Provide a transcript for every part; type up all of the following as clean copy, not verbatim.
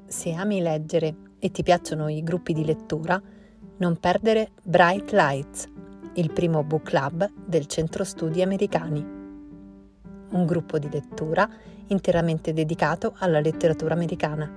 Se ami leggere e ti piacciono i gruppi di lettura, non perdere Bright Lights, il primo book club del Centro Studi Americani. Un gruppo di lettura interamente dedicato alla letteratura americana.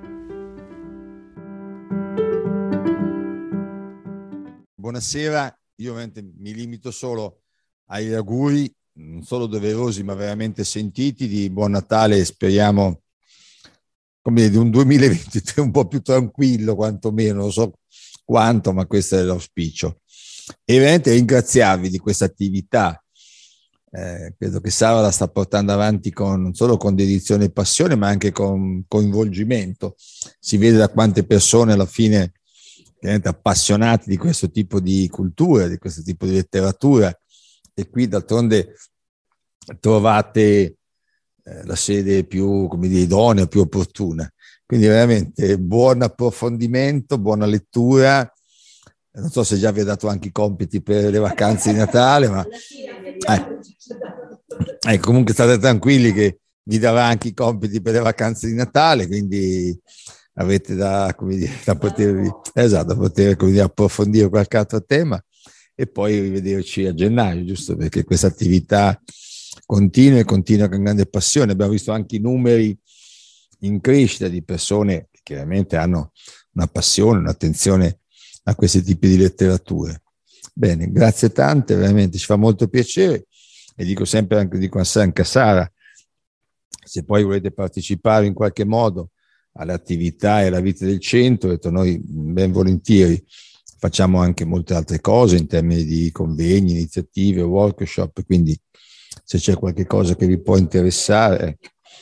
Buonasera, io ovviamente mi limito solo agli auguri, non solo doverosi ma veramente sentiti, di buon Natale e speriamo di un 2023 un po' più tranquillo, quantomeno, non so quanto, ma questo è l'auspicio. E veramente ringraziarvi di questa attività. Credo che Sara la sta portando avanti non solo con dedizione e passione, ma anche con coinvolgimento. Si vede da quante persone alla fine appassionati di questo tipo di cultura, di questo tipo di letteratura, e qui d'altronde trovate la sede più, idonea, più opportuna. Quindi veramente buon approfondimento, buona lettura. Non so se già vi ha dato anche i compiti per le vacanze di Natale, ma comunque state tranquilli che vi darà anche i compiti per le vacanze di Natale, quindi avete da poter approfondire qualche altro tema e poi rivederci a gennaio, giusto perché questa attività continua con grande passione. Abbiamo visto anche i numeri in crescita di persone che chiaramente hanno una passione, un'attenzione a questi tipi di letterature. Bene, grazie tante, veramente ci fa molto piacere, e dico sempre anche a Sara, se poi volete partecipare in qualche modo alle attività e alla vita del centro, noi ben volentieri facciamo anche molte altre cose in termini di convegni, iniziative, workshop, quindi se c'è qualche cosa che vi può interessare,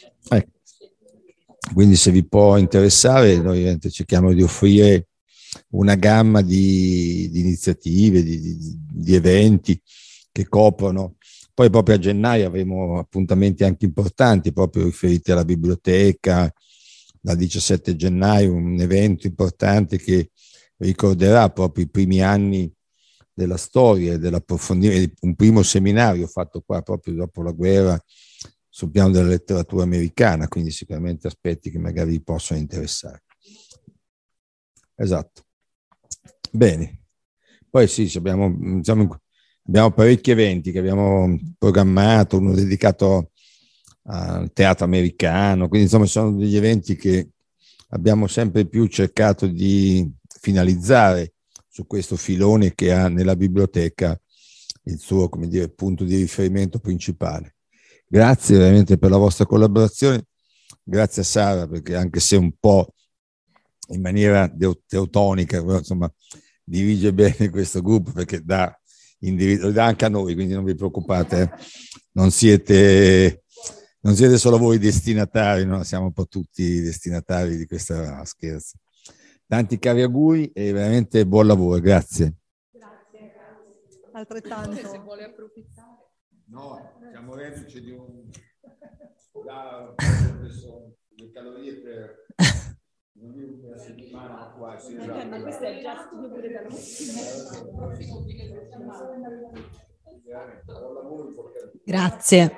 quindi se vi può interessare, noi cerchiamo di offrire una gamma di iniziative, di eventi che coprono. Poi proprio a gennaio avremo appuntamenti anche importanti, proprio riferiti alla biblioteca. Dal 17 gennaio un evento importante che ricorderà proprio i primi anni della storia e dell'approfondimento, un primo seminario fatto qua proprio dopo la guerra sul piano della letteratura americana, quindi sicuramente aspetti che magari vi possono interessare. Esatto. Bene. Poi sì, abbiamo parecchi eventi che abbiamo programmato, uno dedicato al teatro americano, quindi insomma sono degli eventi che abbiamo sempre più cercato di finalizzare su questo filone che ha nella biblioteca il suo, punto di riferimento principale. Grazie veramente per la vostra collaborazione, grazie a Sara, perché anche se un po' in maniera teutonica, insomma, dirige bene questo gruppo, perché dà anche a noi, quindi non vi preoccupate, non siete solo voi destinatari, no? Siamo un po' tutti destinatari di questa scherzo. Tanti cari auguri e veramente buon lavoro, grazie. Grazie. Altrettanto. Se vuole approfittare. No, siamo reduci di le calorie per una settimana quasi. Ma questo è già studio pure da Grazie.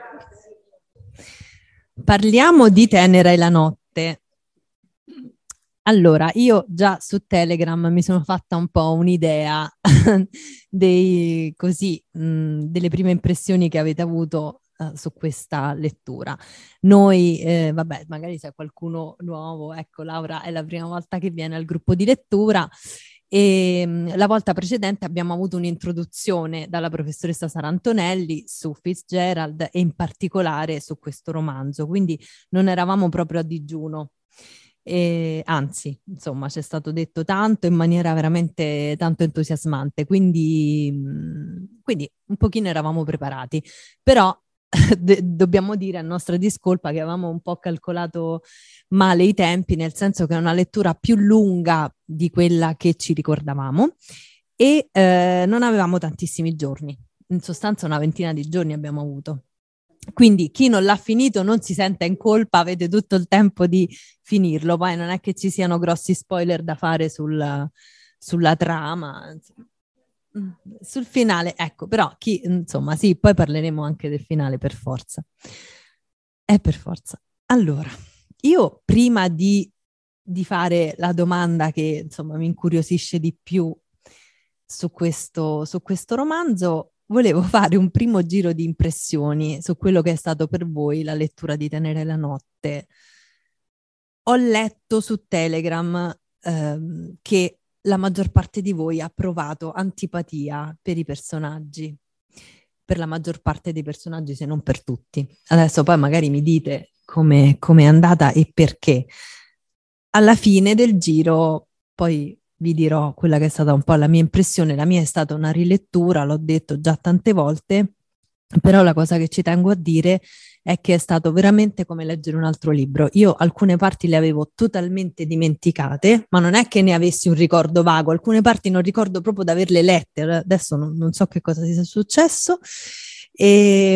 Parliamo di Tenera e la notte. Allora, io già su Telegram mi sono fatta un po' un'idea delle prime impressioni che avete avuto su questa lettura. Noi, magari se qualcuno nuovo, ecco, Laura è la prima volta che viene al gruppo di lettura, e la volta precedente abbiamo avuto un'introduzione dalla professoressa Sara Antonelli su Fitzgerald e in particolare su questo romanzo, quindi non eravamo proprio a digiuno. Anzi, insomma, c'è stato detto tanto in maniera veramente tanto entusiasmante, quindi un pochino eravamo preparati, però dobbiamo dire a nostra discolpa che avevamo un po' calcolato male i tempi, nel senso che è una lettura più lunga di quella che ci ricordavamo e non avevamo tantissimi giorni, in sostanza una ventina di giorni abbiamo avuto. Quindi chi non l'ha finito non si senta in colpa, avete tutto il tempo di finirlo, poi non è che ci siano grossi spoiler da fare sulla trama, sul finale, ecco, però insomma sì, poi parleremo anche del finale per forza. Per forza. Allora, io prima di di fare la domanda che insomma mi incuriosisce di più su questo romanzo, volevo fare un primo giro di impressioni su quello che è stato per voi la lettura di Tenere la notte. Ho letto su Telegram che la maggior parte di voi ha provato antipatia per i personaggi, per la maggior parte dei personaggi, se non per tutti. Adesso poi magari mi dite come è andata e perché. Alla fine del giro poi vi dirò quella che è stata un po' la mia impressione. La mia è stata una rilettura, l'ho detto già tante volte, però la cosa che ci tengo a dire è che è stato veramente come leggere un altro libro. Io alcune parti le avevo totalmente dimenticate, ma non è che ne avessi un ricordo vago, alcune parti non ricordo proprio di averle lette, adesso non so che cosa sia successo. E,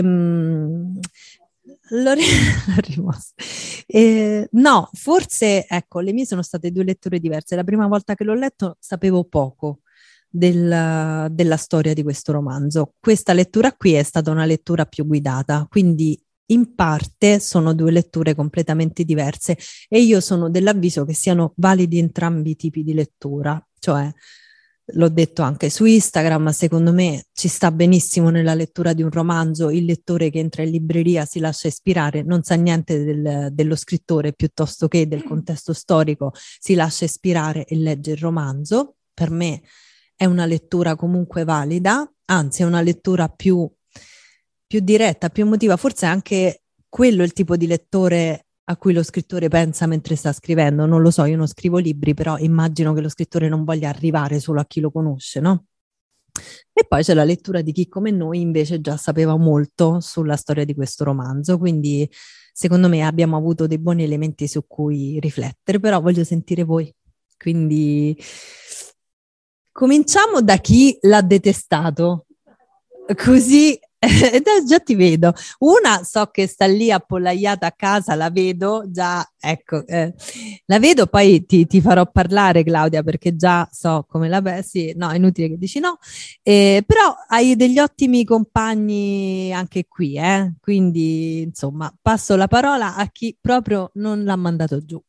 l'ho rimosso. No, forse, ecco, le mie sono state due letture diverse. La prima volta che l'ho letto sapevo poco della storia di questo romanzo. Questa lettura qui è stata una lettura più guidata, quindi in parte sono due letture completamente diverse e io sono dell'avviso che siano validi entrambi i tipi di lettura, cioè l'ho detto anche su Instagram, secondo me ci sta benissimo nella lettura di un romanzo il lettore che entra in libreria, si lascia ispirare, non sa niente dello scrittore piuttosto che del contesto storico, si lascia ispirare e legge il romanzo. Per me è una lettura comunque valida, anzi è una lettura più diretta, più emotiva, forse è anche quello il tipo di lettore a cui lo scrittore pensa mentre sta scrivendo. Non lo so, io non scrivo libri, però immagino che lo scrittore non voglia arrivare solo a chi lo conosce, no? E poi c'è la lettura di chi come noi invece già sapeva molto sulla storia di questo romanzo, quindi secondo me abbiamo avuto dei buoni elementi su cui riflettere, però voglio sentire voi. Quindi cominciamo da chi l'ha detestato, così già ti vedo. Una so che sta lì appollaiata a casa, la vedo già, ecco, la vedo, poi ti farò parlare Claudia perché già so come la pensi, no, è inutile che dici no, però hai degli ottimi compagni anche qui, quindi insomma passo la parola a chi proprio non l'ha mandato giù.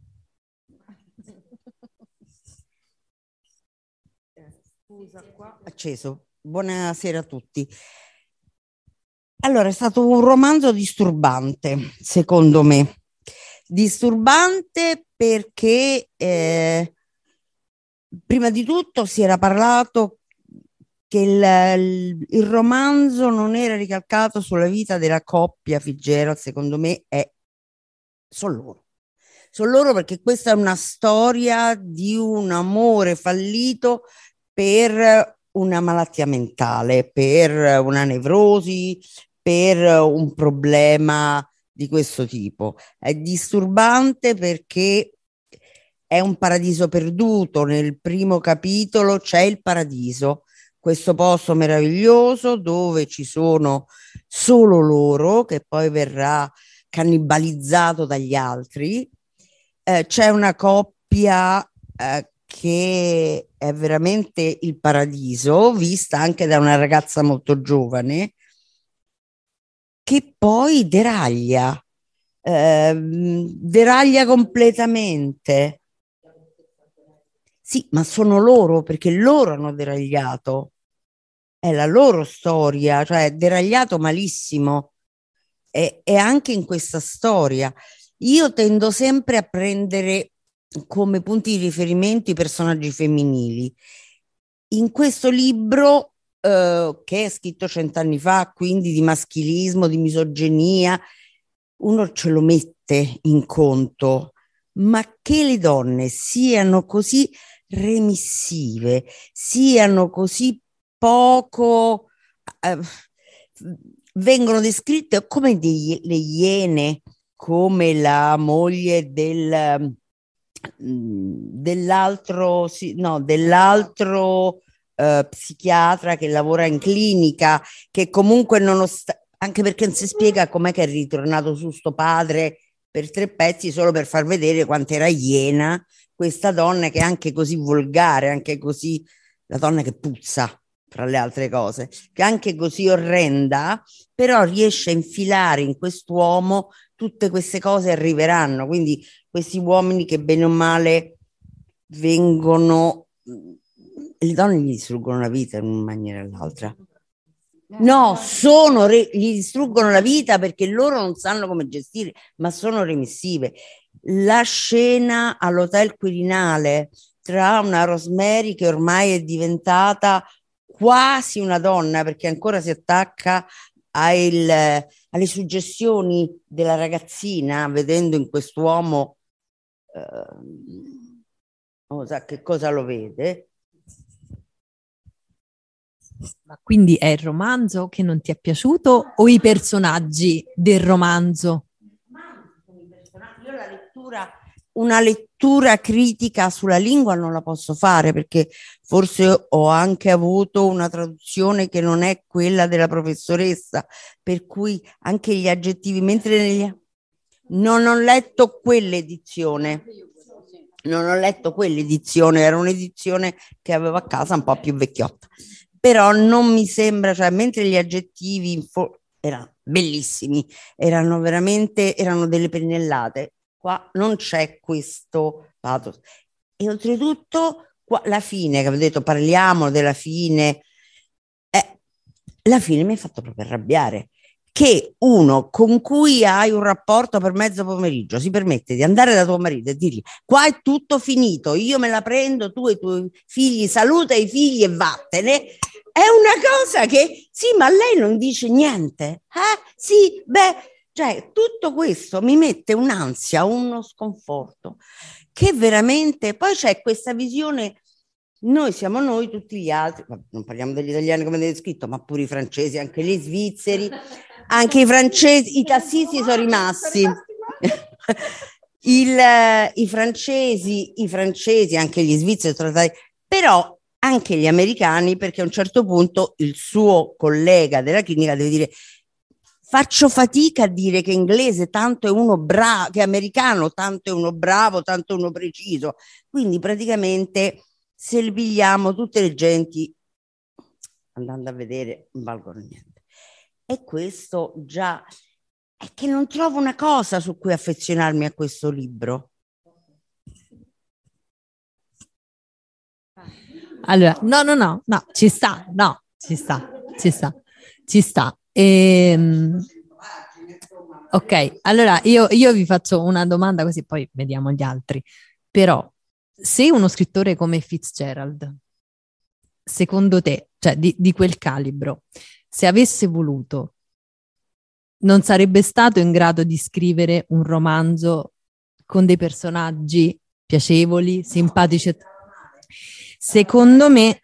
Scusa, qua acceso. Buonasera a tutti. Allora, è stato un romanzo disturbante, secondo me. Disturbante perché prima di tutto si era parlato che il romanzo non era ricalcato sulla vita della coppia Fitzgerald, secondo me sono loro. Sono loro perché questa è una storia di un amore fallito per una malattia mentale, per una nevrosi, per un problema di questo tipo. È disturbante perché è un paradiso perduto. Nel primo capitolo c'è il paradiso, questo posto meraviglioso dove ci sono solo loro, che poi verrà cannibalizzato dagli altri. C'è una coppia che è veramente il paradiso, vista anche da una ragazza molto giovane, che poi deraglia completamente. Sì, ma sono loro, perché loro hanno deragliato. È la loro storia, cioè deragliato malissimo. E anche in questa storia. Io tendo sempre a prendere come punti di riferimento i personaggi femminili. In questo libro, che è scritto 100 anni fa, quindi di maschilismo, di misoginia, uno ce lo mette in conto, ma che le donne siano così remissive, siano così poco, vengono descritte come le iene, come la moglie dell'altro psichiatra che lavora in clinica, che comunque anche perché non si spiega com'è che è ritornato su sto padre per 3 pezzi solo per far vedere quanto era iena questa donna, che è anche così volgare, anche così la donna che puzza, fra le altre cose, che è anche così orrenda, però riesce a infilare in quest'uomo tutte queste cose arriveranno, quindi questi uomini che bene o male vengono, le donne gli distruggono la vita in una maniera o l'altra. No, gli distruggono la vita perché loro non sanno come gestire, ma sono remissive. La scena all'hotel Quirinale tra una Rosemary che ormai è diventata quasi una donna perché ancora si attacca alle suggestioni della ragazzina, vedendo in quest'uomo non sa che cosa lo vede. Ma quindi è il romanzo che non ti è piaciuto o i personaggi del romanzo? Io una lettura critica sulla lingua non la posso fare perché forse ho anche avuto una traduzione che non è quella della professoressa, per cui anche gli aggettivi, non ho letto quell'edizione. Non ho letto quell'edizione, era un'edizione che avevo a casa un po' più vecchiotta. Però non mi sembra, cioè mentre gli aggettivi erano bellissimi, erano delle pennellate, qua non c'è questo pathos. E oltretutto la fine, che avevo detto parliamo della fine, la fine mi ha fatto proprio arrabbiare, che uno con cui hai un rapporto per mezzo pomeriggio si permette di andare da tuo marito e dirgli qua è tutto finito, io me la prendo, tu e i tuoi figli, saluta i figli e vattene, è una cosa che sì, ma lei non dice niente, sì, beh, cioè tutto questo mi mette un'ansia, uno sconforto che veramente, poi c'è questa visione, noi siamo noi, tutti gli altri, non parliamo degli italiani come avete scritto, ma pure i francesi, anche gli svizzeri, anche i francesi, i tassisti sono rimasti. I francesi, anche gli svizzeri sono stati, però anche gli americani, perché a un certo punto il suo collega della clinica deve dire faccio fatica a dire che inglese tanto è uno bravo, che americano tanto è uno bravo, tanto è uno preciso, quindi praticamente se li pigliamo tutte le genti andando a vedere non valgono niente. E questo già è che non trovo una cosa su cui affezionarmi a questo libro. Allora, no, ci sta. Ok, allora io vi faccio una domanda così poi vediamo gli altri. Però, se uno scrittore come Fitzgerald, secondo te, cioè di quel calibro, se avesse voluto, non sarebbe stato in grado di scrivere un romanzo con dei personaggi piacevoli, simpatici? Secondo me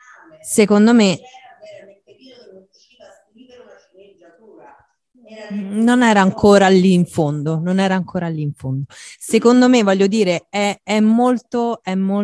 non era ancora lì in fondo, Secondo me, voglio dire, è molto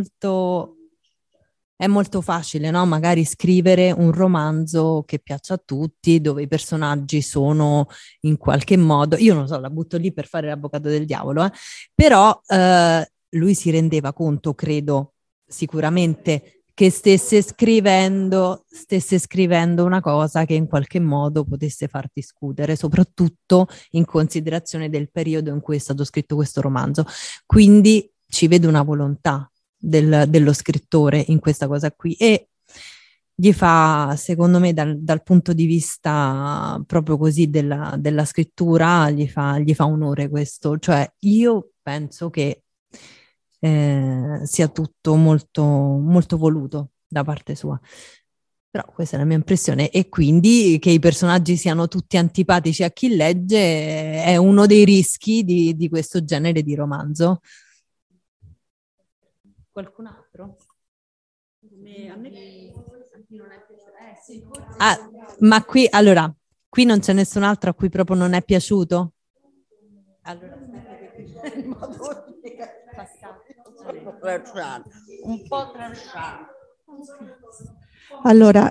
facile, no? Magari scrivere un romanzo che piaccia a tutti, dove i personaggi sono in qualche modo, io non so, la butto lì per fare l'avvocato del diavolo, però lui si rendeva conto, credo, sicuramente, che stesse scrivendo una cosa che in qualche modo potesse far discutere, soprattutto in considerazione del periodo in cui è stato scritto questo romanzo. Quindi ci vedo una volontà dello scrittore in questa cosa qui e gli fa, secondo me, dal punto di vista proprio così della scrittura, gli fa onore questo. Cioè io penso che sia tutto molto, molto voluto da parte sua. Però questa è la mia impressione e quindi che i personaggi siano tutti antipatici a chi legge è uno dei rischi di questo genere di romanzo. Qualcun altro? A me non è piaciuto. Ma qui non c'è nessun altro a cui proprio non è piaciuto? Allora, un po' tranchant. Allora,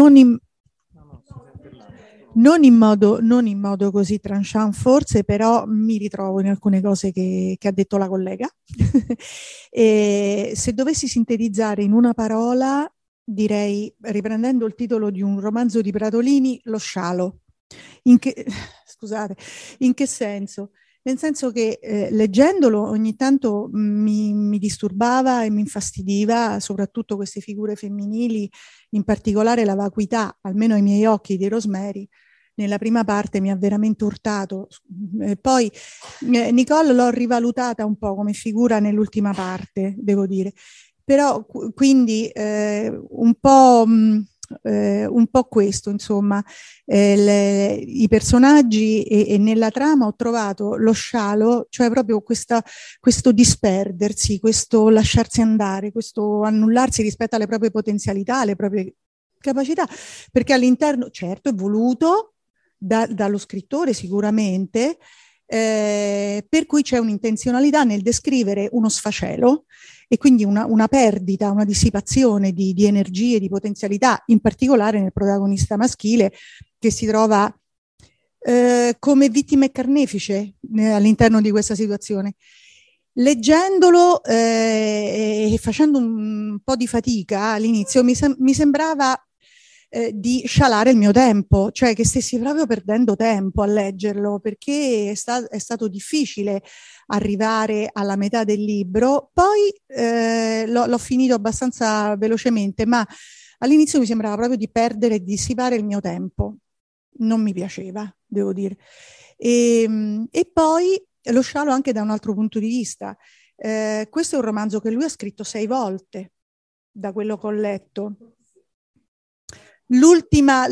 non in modo così tranchant forse, però mi ritrovo in alcune cose che ha detto la collega. E se dovessi sintetizzare in una parola, direi, riprendendo il titolo di un romanzo di Pratolini, Lo scialo. Scusate, in che senso? Nel senso che leggendolo ogni tanto mi disturbava e mi infastidiva, soprattutto queste figure femminili, in particolare la vacuità, almeno ai miei occhi, di Rosemary. Nella prima parte mi ha veramente urtato. Poi Nicole l'ho rivalutata un po' come figura nell'ultima parte, devo dire. Però quindi un po' questo, insomma, i personaggi e nella trama ho trovato lo scialo, cioè proprio questo disperdersi, questo lasciarsi andare, questo annullarsi rispetto alle proprie potenzialità, alle proprie capacità, perché all'interno, certo, è voluto dallo scrittore sicuramente, per cui c'è un'intenzionalità nel descrivere uno sfacelo e quindi una perdita, una dissipazione di energie, di potenzialità, in particolare nel protagonista maschile che si trova come vittima e carnefice all'interno di questa situazione. Leggendolo e facendo un po' di fatica all'inizio mi sembrava di scialare il mio tempo, cioè che stessi proprio perdendo tempo a leggerlo, perché è stato difficile arrivare alla metà del libro. Poi l'ho finito abbastanza velocemente, ma all'inizio mi sembrava proprio di perdere e dissipare il mio tempo. Non mi piaceva, devo dire. E poi lo scialo anche da un altro punto di vista. Questo è un romanzo che lui ha scritto 6 volte, da quello che ho letto. L'ultima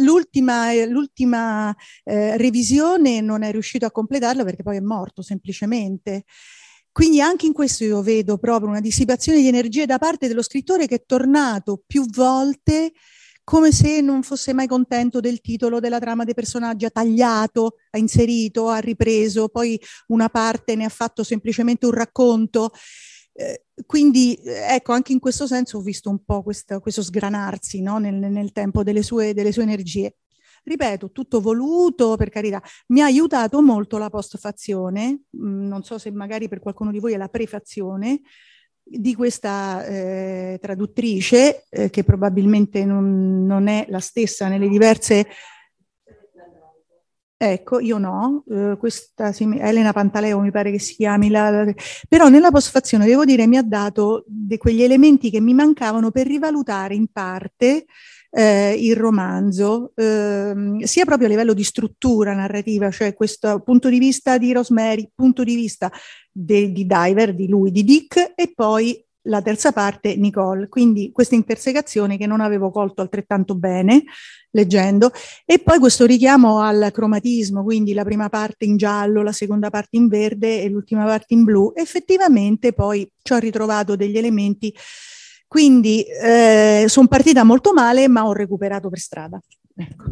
revisione non è riuscito a completarla perché poi è morto semplicemente. Quindi anche in questo io vedo proprio una dissipazione di energie da parte dello scrittore, che è tornato più volte come se non fosse mai contento del titolo, della trama, dei personaggi, ha tagliato, ha inserito, ha ripreso, poi una parte ne ha fatto semplicemente un racconto. Quindi ecco, anche in questo senso ho visto un po' questo sgranarsi, no? nel tempo delle sue energie. Ripeto, tutto voluto, per carità. Mi ha aiutato molto la postfazione, non so se magari per qualcuno di voi è la prefazione di questa traduttrice, che probabilmente non è la stessa nelle diverse... Ecco, io no, questa Elena Pantaleo mi pare che si chiami, però nella postfazione devo dire mi ha dato quegli elementi che mi mancavano per rivalutare in parte il romanzo, sia proprio a livello di struttura narrativa, cioè questo punto di vista di Rosemary, punto di vista di Diver, di lui, di Dick, e poi la terza parte Nicole, quindi questa intersecazione che non avevo colto altrettanto bene leggendo, e poi questo richiamo al cromatismo, quindi la prima parte in giallo, la seconda parte in verde e l'ultima parte in blu. Effettivamente poi ci ho ritrovato degli elementi, quindi sono partita molto male, ma ho recuperato per strada. Ecco.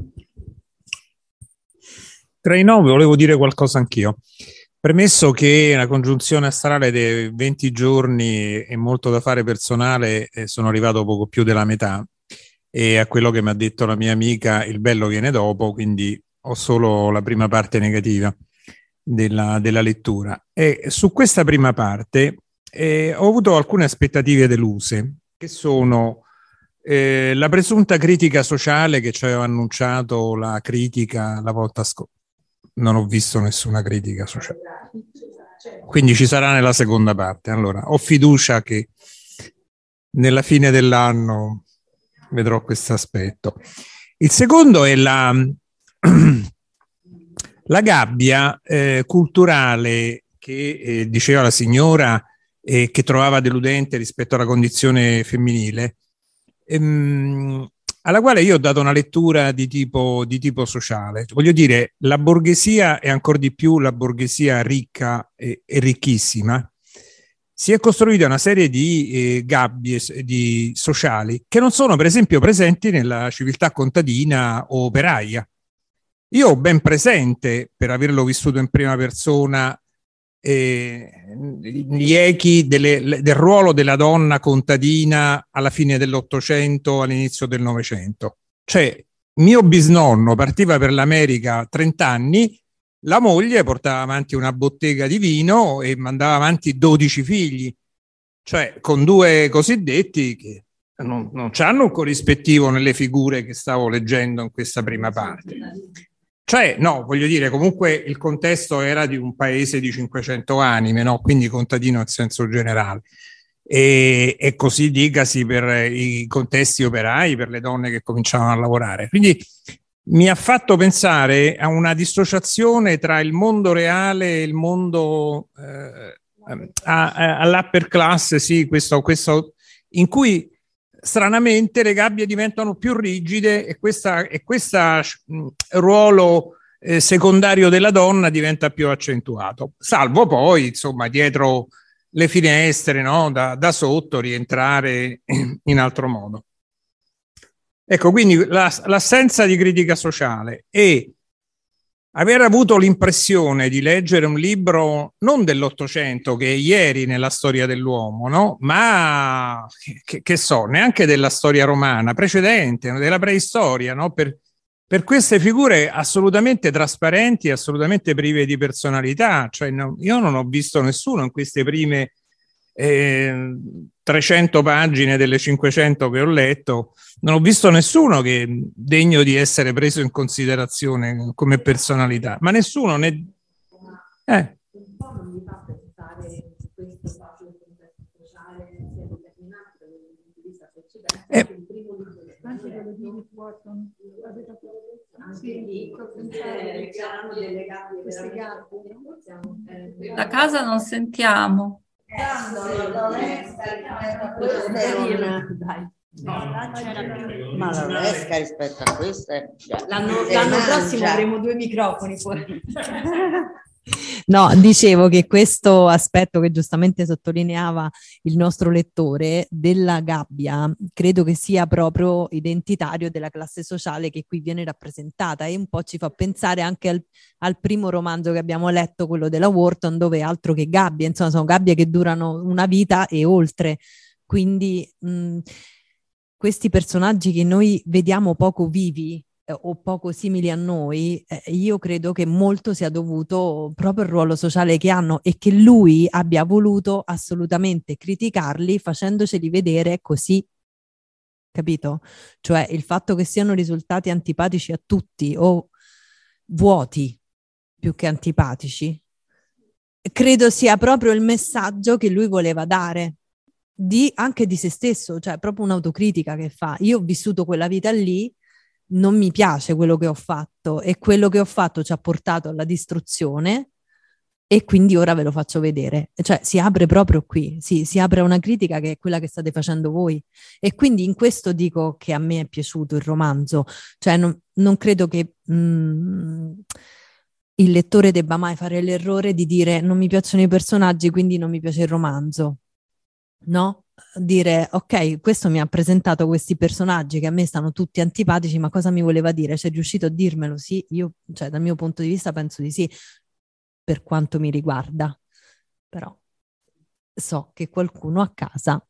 Tra i 9 volevo dire qualcosa anch'io. Premesso che la congiunzione astrale dei 20 giorni è molto da fare personale, sono arrivato poco più della metà, e a quello che mi ha detto la mia amica il bello viene dopo, quindi ho solo la prima parte negativa della lettura. E su questa prima parte ho avuto alcune aspettative deluse, che sono la presunta critica sociale che ci aveva annunciato la critica la volta scorsa. Non ho visto nessuna critica sociale, quindi ci sarà nella seconda parte. Allora, ho fiducia che nella fine dell'anno vedrò questo aspetto. Il secondo è la gabbia culturale che diceva la signora, che trovava deludente rispetto alla condizione femminile, alla quale io ho dato una lettura di tipo sociale. Voglio dire, la borghesia, e ancora di più la borghesia ricca e ricchissima, si è costruita una serie di gabbie sociali che non sono per esempio presenti nella civiltà contadina o operaia. Io ho ben presente, per averlo vissuto in prima persona, gli echi del ruolo della donna contadina alla fine dell'Ottocento, all'inizio del Novecento. Cioè, mio bisnonno partiva per l'America a 30 anni, la moglie portava avanti una bottega di vino e mandava avanti 12 figli, cioè con 2 cosiddetti che non c'hanno un corrispettivo nelle figure che stavo leggendo in questa prima parte. Cioè, no, voglio dire, comunque il contesto era di un paese di 500 anime, no? Quindi contadino in senso generale. E così dicasi per i contesti operai, per le donne che cominciavano a lavorare. Quindi mi ha fatto pensare a una dissociazione tra il mondo reale e il mondo all'upper class, sì, questo in cui stranamente le gabbie diventano più rigide e questo ruolo secondario della donna diventa più accentuato, salvo poi, insomma, dietro le finestre, no, da sotto rientrare in altro modo. Ecco, quindi l'assenza di critica sociale e aver avuto l'impressione di leggere un libro non dell'Ottocento, che è ieri nella storia dell'uomo, no? Ma che so, neanche della storia romana precedente, della preistoria, no? Per queste figure assolutamente trasparenti, assolutamente prive di personalità. Cioè, no, io non ho visto nessuno in queste prime 300 pagine delle 500 che ho letto, non ho visto nessuno che è degno di essere preso in considerazione come personalità, ma nessuno ne... Un po' non mi fa pensare su questo fatto del contesto sociale sia determinato dal punto di vista precedente. Il primo libro che anche quello di Edith Wharton anche lì c'erano delle gabbie, queste gabbie. Da casa non sentiamo. Ma la Lorresca rispetto a queste l'anno prossimo avremo 2 microfoni fuori. No, dicevo che questo aspetto che giustamente sottolineava il nostro lettore della gabbia credo che sia proprio identitario della classe sociale che qui viene rappresentata e un po' ci fa pensare anche al primo romanzo che abbiamo letto, quello della Wharton, dove altro che gabbie, insomma sono gabbie che durano una vita e oltre, quindi questi personaggi che noi vediamo poco vivi o poco simili a noi, io credo che molto sia dovuto proprio al ruolo sociale che hanno e che lui abbia voluto assolutamente criticarli facendoceli vedere così, capito? Cioè il fatto che siano risultati antipatici a tutti o vuoti più che antipatici, credo sia proprio il messaggio che lui voleva dare. Anche di se stesso, cioè proprio un'autocritica che fa. Io ho vissuto quella vita lì, non mi piace quello che ho fatto e quello che ho fatto ci ha portato alla distruzione e quindi ora ve lo faccio vedere. Cioè si apre proprio qui, si apre una critica che è quella che state facendo voi e quindi in questo dico che a me è piaciuto il romanzo, cioè non credo che il lettore debba mai fare l'errore di dire non mi piacciono i personaggi quindi non mi piace il romanzo, no? Dire ok, questo mi ha presentato questi personaggi che a me stanno tutti antipatici, ma cosa mi voleva dire? C'è riuscito a dirmelo? Sì, io, cioè dal mio punto di vista penso di sì, per quanto mi riguarda, però so che qualcuno a casa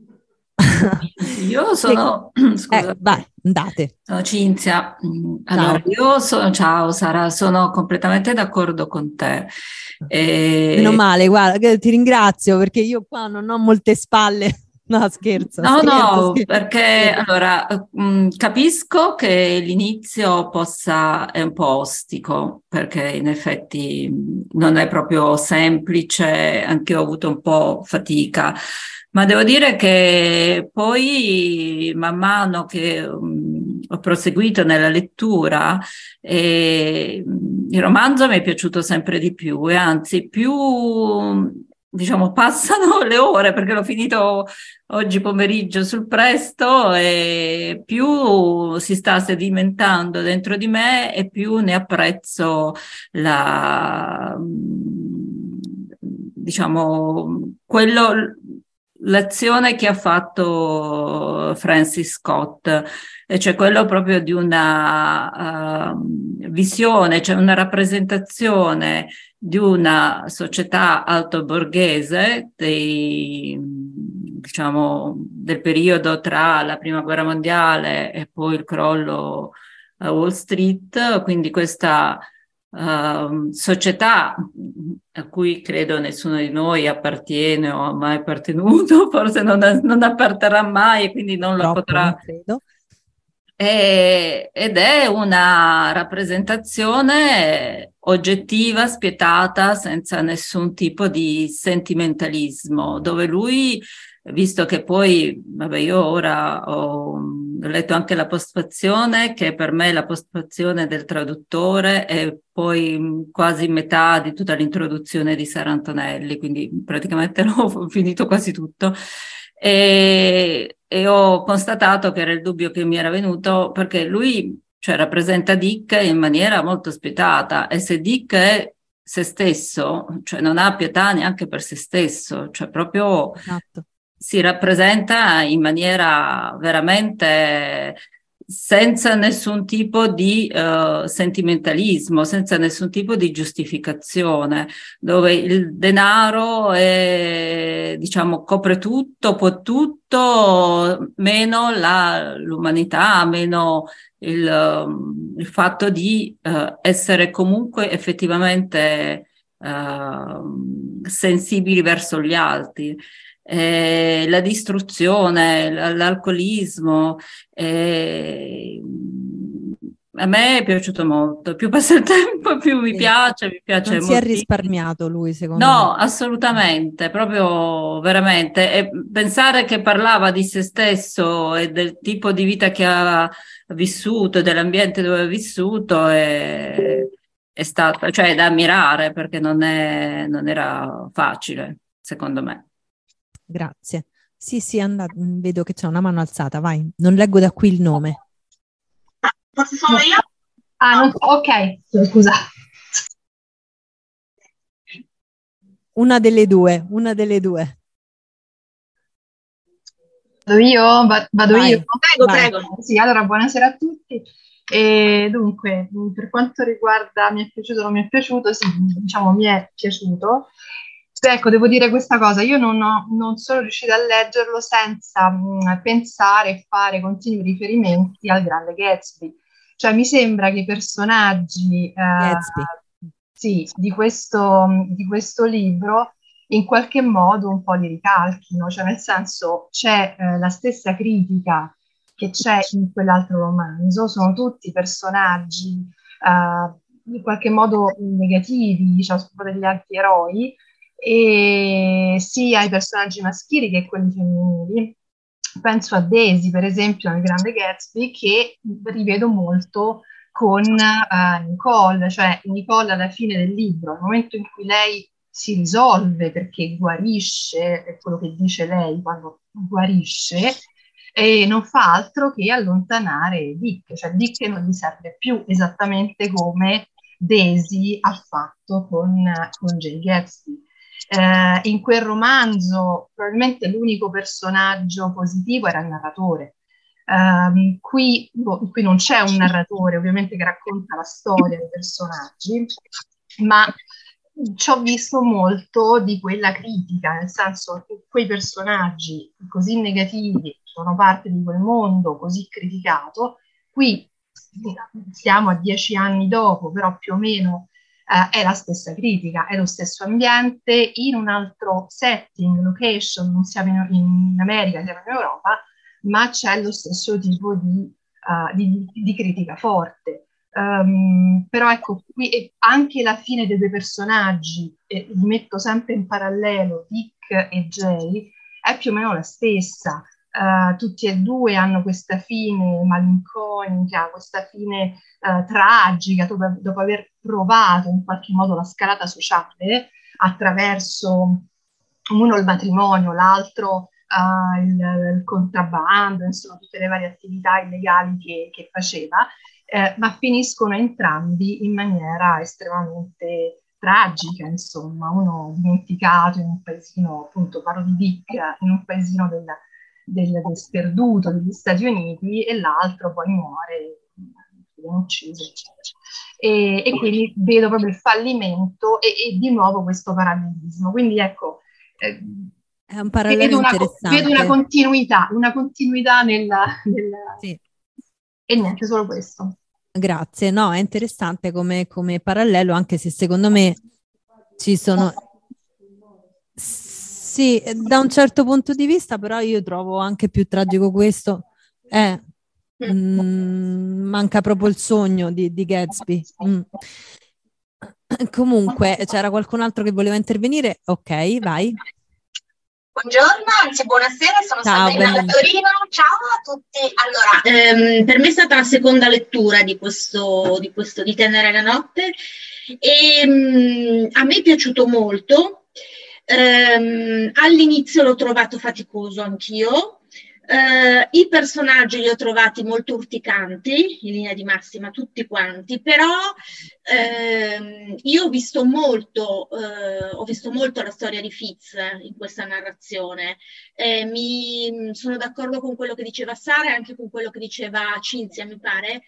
io sono scusa, vai, andate. sono Cinzia. Allora, ciao Sara, sono completamente d'accordo con te. Meno male, guarda, ti ringrazio perché io qua non ho molte spalle. No, scherzo. No, perché allora capisco che l'inizio è un po' ostico, perché in effetti non è proprio semplice, anche io ho avuto un po' fatica, ma devo dire che poi man mano che ho proseguito nella lettura, il romanzo mi è piaciuto sempre di più e anzi più... Diciamo, passano le ore perché l'ho finito oggi pomeriggio sul presto e più si sta sedimentando dentro di me e più ne apprezzo diciamo, l'azione che ha fatto Francis Scott, cioè quello proprio di una visione, cioè una rappresentazione di una società altoborghese diciamo, del periodo tra la Prima Guerra Mondiale e poi il crollo a Wall Street, quindi questa società a cui credo nessuno di noi appartiene o ha mai appartenuto, forse non apparterrà mai e quindi non la potrà. Non credo. Ed è una rappresentazione oggettiva, spietata, senza nessun tipo di sentimentalismo, dove lui, visto che poi, vabbè, io ora ho letto anche la postfazione, che per me la postfazione del traduttore è poi quasi metà di tutta l'introduzione di Sara Antonelli, quindi praticamente l'ho finito quasi tutto. E ho constatato che era il dubbio che mi era venuto, perché lui, cioè, rappresenta Dick in maniera molto spietata, e se Dick è se stesso, cioè non ha pietà neanche per se stesso, cioè proprio Esatto. si rappresenta in maniera veramente senza nessun tipo di sentimentalismo, senza nessun tipo di giustificazione, dove il denaro è, diciamo, copre tutto, può tutto, meno l'umanità, meno il fatto di essere comunque effettivamente sensibili verso gli altri. La distruzione, l'alcolismo, a me è piaciuto molto, più passa il tempo più mi piace Non si è moltissimo. risparmiato lui, secondo me. No, assolutamente, proprio veramente. E pensare che parlava di se stesso e del tipo di vita che ha vissuto, dell'ambiente dove ha vissuto, è stato, cioè, da ammirare, perché non era facile, secondo me. Grazie. Sì, vedo che c'è una mano alzata, vai. Non leggo da qui il nome. Forse sono io? Ok, scusa. Una delle due. Vado io? Vado Vai, io? Prego. Sì, allora buonasera a tutti. E dunque, per quanto riguarda mi è piaciuto o non mi è piaciuto, sì, diciamo mi è piaciuto. Ecco, devo dire questa cosa, io non sono riuscita a leggerlo senza pensare e fare continui riferimenti al Grande Gatsby. Cioè mi sembra che i personaggi Gatsby. sì, di questo libro in qualche modo un po' li ricalchino, cioè nel senso c'è la stessa critica che c'è in quell'altro romanzo, sono tutti personaggi in qualche modo negativi, diciamo, sono degli antieroi, e sia i personaggi maschili che quelli femminili. Penso a Daisy, per esempio, nel Grande Gatsby, che rivedo molto con Nicole, cioè Nicole alla fine del libro, nel momento in cui lei si risolve perché guarisce, è quello che dice lei quando guarisce, e non fa altro che allontanare Dick, cioè Dick non gli serve più, esattamente come Daisy ha fatto con Jay Gatsby. In quel romanzo probabilmente l'unico personaggio positivo era il narratore. Qui non c'è un narratore ovviamente che racconta la storia dei personaggi, ma ci ho visto molto di quella critica, nel senso che quei personaggi così negativi sono parte di quel mondo così criticato. Qui siamo a 10 anni dopo, però più o meno è la stessa critica, è lo stesso ambiente, in un altro setting, location, non siamo in America, siamo in Europa, ma c'è lo stesso tipo di critica forte. Però ecco, qui anche la fine dei due personaggi, li metto sempre in parallelo, Dick e Jay, è più o meno la stessa. Tutti e due hanno questa fine malinconica, questa fine tragica, dopo aver provato in qualche modo la scalata sociale attraverso uno il matrimonio, l'altro il contrabbando, insomma tutte le varie attività illegali che faceva, ma finiscono entrambi in maniera estremamente tragica, insomma, uno dimenticato in un paesino, appunto parlo di Dick, in un paesino del sperduto degli Stati Uniti, e l'altro poi muore, viene ucciso, eccetera. E quindi vedo proprio il fallimento e di nuovo questo parallelismo. Quindi ecco, è un parallelo interessante. Vedo una continuità nella sì. E niente, solo questo. Grazie, no, è interessante come parallelo, anche se secondo me ci sono... Sì, da un certo punto di vista, però io trovo anche più tragico questo. Manca proprio il sogno di Gatsby. Comunque, c'era qualcun altro che voleva intervenire? Ok, vai. Buongiorno, anzi buonasera, sono Ciao, Sabrina da Torino. Ciao a tutti. Allora, per me è stata la seconda lettura di questo di Tenere la notte e a me è piaciuto molto. All'inizio l'ho trovato faticoso anch'io. I personaggi li ho trovati molto urticanti, in linea di massima, tutti quanti, però io ho visto molto la storia di Fitz in questa narrazione. Sono d'accordo con quello che diceva Sara e anche con quello che diceva Cinzia, mi pare.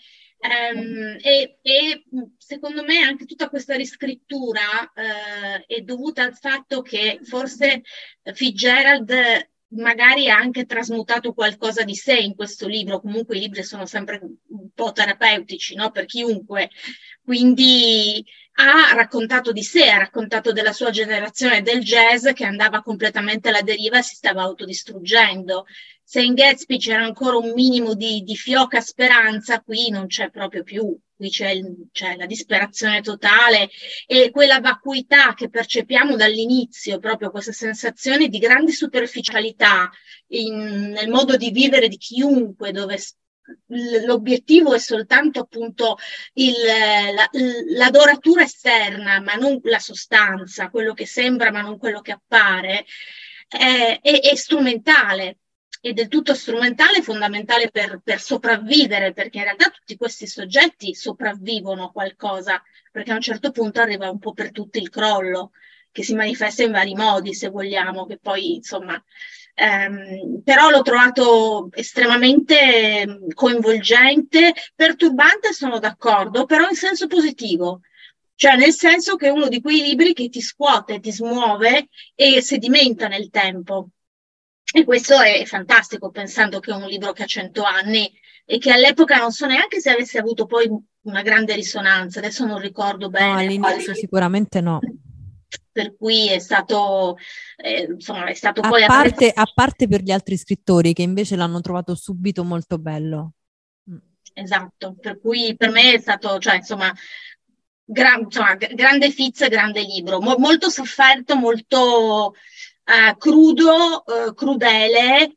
E secondo me anche tutta questa riscrittura è dovuta al fatto che forse Fitzgerald magari ha anche trasmutato qualcosa di sé in questo libro. Comunque i libri sono sempre un po' terapeutici, no? Per chiunque. Quindi ha raccontato di sé, ha raccontato della sua generazione del jazz che andava completamente alla deriva e si stava autodistruggendo. Se in Gatsby c'era ancora un minimo di fioca speranza, qui non c'è proprio più. Qui c'è la disperazione totale e quella vacuità che percepiamo dall'inizio, proprio questa sensazione di grande superficialità nel modo di vivere di chiunque, dove l'obiettivo è soltanto appunto l'adoratura esterna, ma non la sostanza, quello che sembra ma non quello che appare, è strumentale. È del tutto strumentale e fondamentale per sopravvivere, perché in realtà tutti questi soggetti sopravvivono a qualcosa, perché a un certo punto arriva un po' per tutti il crollo, che si manifesta in vari modi, se vogliamo, che poi insomma... però l'ho trovato estremamente coinvolgente, perturbante, sono d'accordo, però in senso positivo. Cioè nel senso che è uno di quei libri che ti scuote, ti smuove e sedimenta nel tempo. E questo è fantastico, pensando che è un libro che ha 100 anni e che all'epoca non so neanche se avesse avuto poi una grande risonanza, adesso non ricordo bene. No, all'inizio sicuramente no. Per cui è stato, insomma, è stato poi... A parte per gli altri scrittori che invece l'hanno trovato subito molto bello. Esatto, per cui per me è stato, cioè, insomma, grande Fitz, grande libro, molto sofferto, molto... crudo, crudele,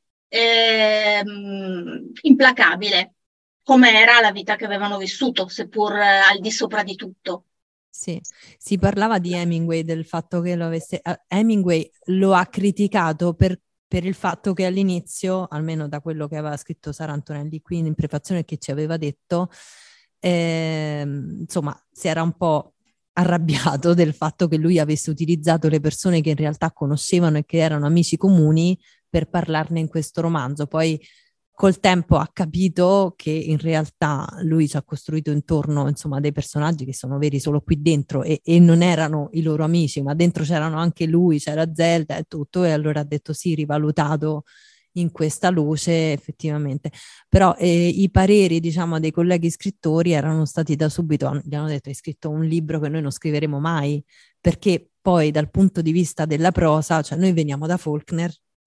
implacabile, come era la vita che avevano vissuto, seppur al di sopra di tutto. Sì, si parlava di Hemingway, del fatto che Hemingway lo ha criticato per il fatto che all'inizio, almeno da quello che aveva scritto Sara Antonelli qui in prefazione che ci aveva detto, insomma, si era un po' arrabbiato del fatto che lui avesse utilizzato le persone che in realtà conoscevano e che erano amici comuni per parlarne in questo romanzo. Poi col tempo ha capito che in realtà lui ci ha costruito intorno, insomma, dei personaggi che sono veri solo qui dentro e non erano i loro amici, ma dentro c'erano anche lui, c'era Zelda e tutto, e allora ha detto sì, rivalutato in questa luce effettivamente. Però i pareri, diciamo, dei colleghi scrittori erano stati da subito, gli hanno detto hai scritto un libro che noi non scriveremo mai, perché poi dal punto di vista della prosa, cioè noi veniamo da Faulkner,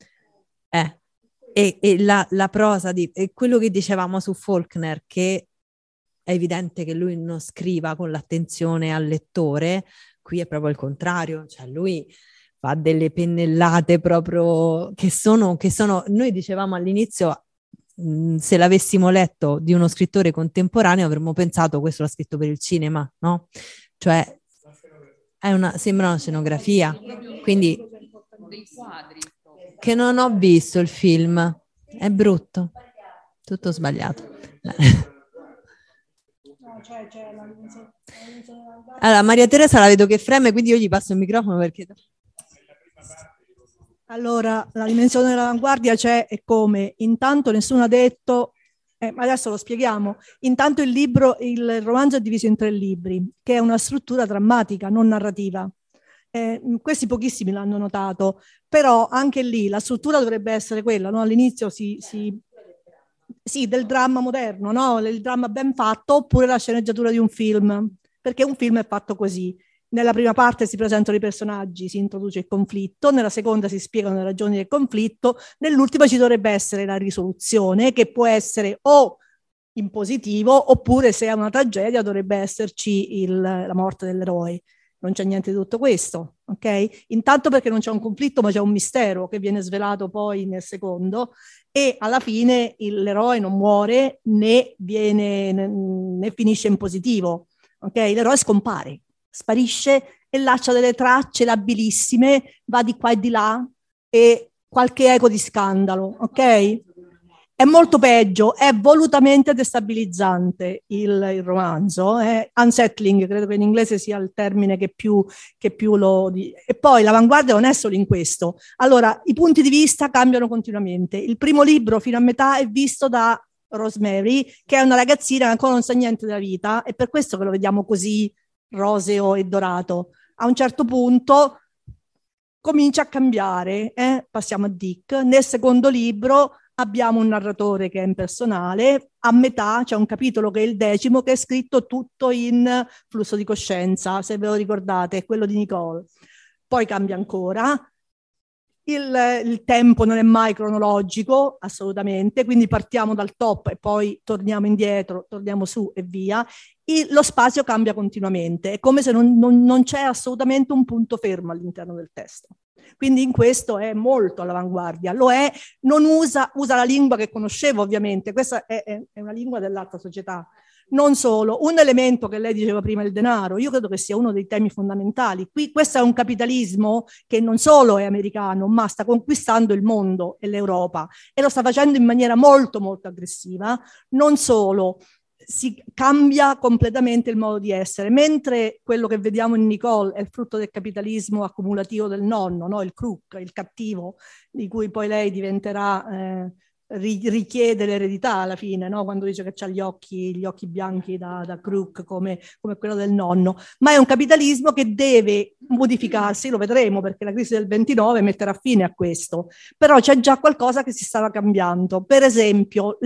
e la prosa e quello che dicevamo su Faulkner, che è evidente che lui non scriva con l'attenzione al lettore, qui è proprio il contrario, cioè lui fa delle pennellate proprio che sono noi dicevamo all'inizio, se l'avessimo letto di uno scrittore contemporaneo avremmo pensato questo l'ha scritto per il cinema, no? Cioè sembra una scenografia, quindi che non ho visto il film, è brutto, tutto sbagliato. Allora, Maria Teresa la vedo che freme, quindi io gli passo il microfono perché... Allora, la dimensione dell'avanguardia c'è e come? Intanto nessuno ha detto, ma adesso lo spieghiamo, intanto il romanzo è diviso in 3 libri, che è una struttura drammatica, non narrativa. Questi pochissimi l'hanno notato, però anche lì la struttura dovrebbe essere quella, no? All'inizio sì, del dramma moderno, no? Il dramma ben fatto, oppure la sceneggiatura di un film, perché un film è fatto così. Nella prima parte si presentano i personaggi, si introduce il conflitto, nella seconda si spiegano le ragioni del conflitto, nell'ultima ci dovrebbe essere la risoluzione, che può essere o in positivo, oppure se è una tragedia dovrebbe esserci la morte dell'eroe. Non c'è niente di tutto questo, ok? Intanto perché non c'è un conflitto, ma c'è un mistero che viene svelato poi nel secondo, e alla fine l'eroe non muore né finisce in positivo, ok? L'eroe scompare, sparisce e lascia delle tracce labilissime, va di qua e di là e qualche eco di scandalo, ok? È molto peggio, è volutamente destabilizzante il romanzo, è unsettling, credo che in inglese sia il termine che più lo... E poi l'avanguardia non è solo in questo. Allora, i punti di vista cambiano continuamente. Il primo libro, fino a metà, è visto da Rosemary, che è una ragazzina che ancora non sa niente della vita, e per questo che lo vediamo così roseo e dorato. A un certo punto comincia a cambiare, passiamo a Dick. Nel secondo libro abbiamo un narratore che è impersonale, a metà c'è un capitolo che è il 10º, che è scritto tutto in flusso di coscienza, se ve lo ricordate, è quello di Nicole. Poi cambia ancora, il tempo non è mai cronologico, assolutamente, quindi partiamo dal top e poi torniamo indietro, torniamo su e via. Lo spazio cambia continuamente, è come se non c'è assolutamente un punto fermo all'interno del testo. Quindi in questo è molto all'avanguardia, lo è, non usa la lingua che conoscevo ovviamente, questa è una lingua dell'alta società. Non solo, un elemento che lei diceva prima, il denaro, io credo che sia uno dei temi fondamentali. Questo è un capitalismo che non solo è americano, ma sta conquistando il mondo e l'Europa e lo sta facendo in maniera molto molto aggressiva. Non solo, si cambia completamente il modo di essere, mentre quello che vediamo in Nicole è il frutto del capitalismo accumulativo del nonno, no? Il crook, il cattivo, di cui poi lei diventerà, richiede l'eredità alla fine, no? Quando dice che ha gli occhi bianchi da crook come quello del nonno, ma è un capitalismo che deve modificarsi, lo vedremo perché la crisi del 29 metterà fine a questo, però c'è già qualcosa che si stava cambiando. Per esempio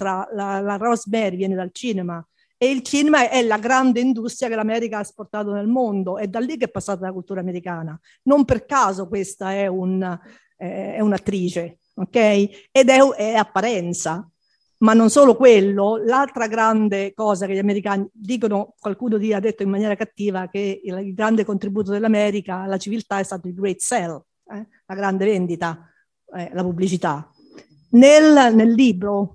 la Rosemary viene dal cinema e il cinema è la grande industria che l'America ha esportato nel mondo, è da lì che è passata la cultura americana. Non per caso questa è un'attrice, ok? Ed è apparenza. Ma non solo quello, l'altra grande cosa che gli americani dicono, qualcuno ha detto in maniera cattiva che il grande contributo dell'America alla civiltà è stato il great sell, la grande vendita, la pubblicità. Nel libro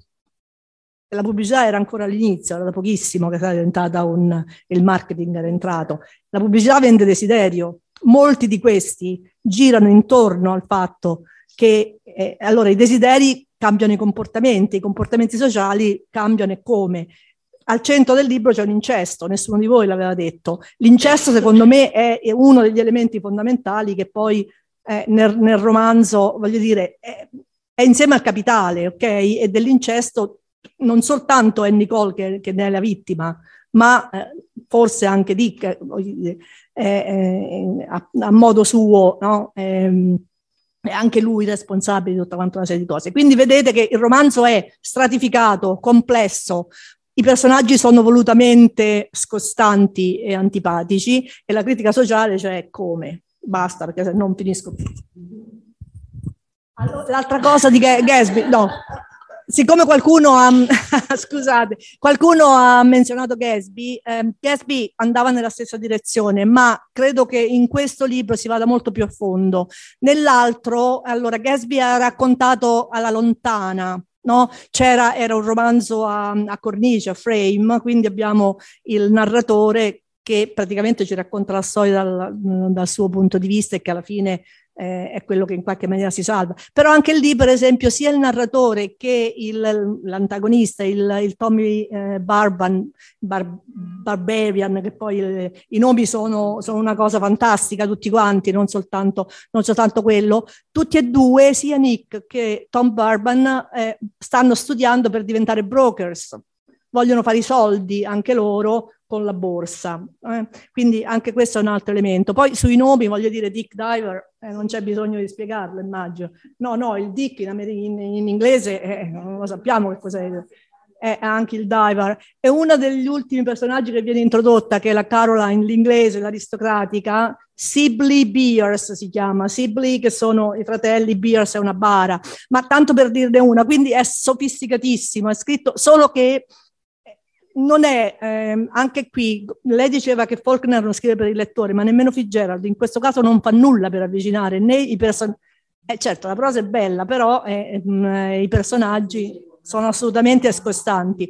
la pubblicità era ancora all'inizio, era da pochissimo che era diventata il marketing era entrato. La pubblicità vende desiderio. Molti di questi girano intorno al fatto che allora i desideri cambiano i comportamenti sociali cambiano e come. Al centro del libro c'è un incesto, nessuno di voi l'aveva detto. L'incesto secondo me è uno degli elementi fondamentali che poi nel romanzo, voglio dire, è insieme al capitale, ok? E dell'incesto non soltanto è Nicole che ne è la vittima, ma forse anche Dick a modo suo, no? È anche lui responsabile di tutta quanta una serie di cose. Quindi vedete che il romanzo è stratificato, complesso, i personaggi sono volutamente scostanti e antipatici e la critica sociale, cioè come? Basta, perché se non finisco più. Allora, l'altra cosa di Gatsby, no. Siccome qualcuno ha menzionato Gatsby, Gatsby andava nella stessa direzione, ma credo che in questo libro si vada molto più a fondo. Nell'altro, allora, Gatsby ha raccontato alla lontana, no? Era un romanzo a cornice, a frame, quindi abbiamo il narratore che praticamente ci racconta la storia dal suo punto di vista e che alla fine è quello che in qualche maniera si salva. Però anche lì, per esempio, sia il narratore che l'antagonista, il Tommy Barbarian, che poi i nomi sono una cosa fantastica, tutti quanti, non soltanto quello, tutti e due, sia Nick che Tom Barbarian, stanno studiando per diventare brokers. Vogliono fare i soldi anche loro con la borsa. Quindi anche questo è un altro elemento. Poi sui nomi, voglio dire, Dick Diver, non c'è bisogno di spiegarlo, immagino. No, il Dick in inglese non lo sappiamo che cos'è. È anche il diver. È uno degli ultimi personaggi che viene introdotta, che è la Caroline, l'inglese, l'aristocratica. Sibley Beers si chiama, Sibley che sono i fratelli, Beers è una bara, ma tanto per dirne una, quindi è sofisticatissimo, è scritto, solo che non è, anche qui, lei diceva che Faulkner non scrive per il lettore, ma nemmeno Fitzgerald, in questo caso non fa nulla per avvicinare né i personaggi, certo la prosa è bella, però i personaggi sono assolutamente scostanti.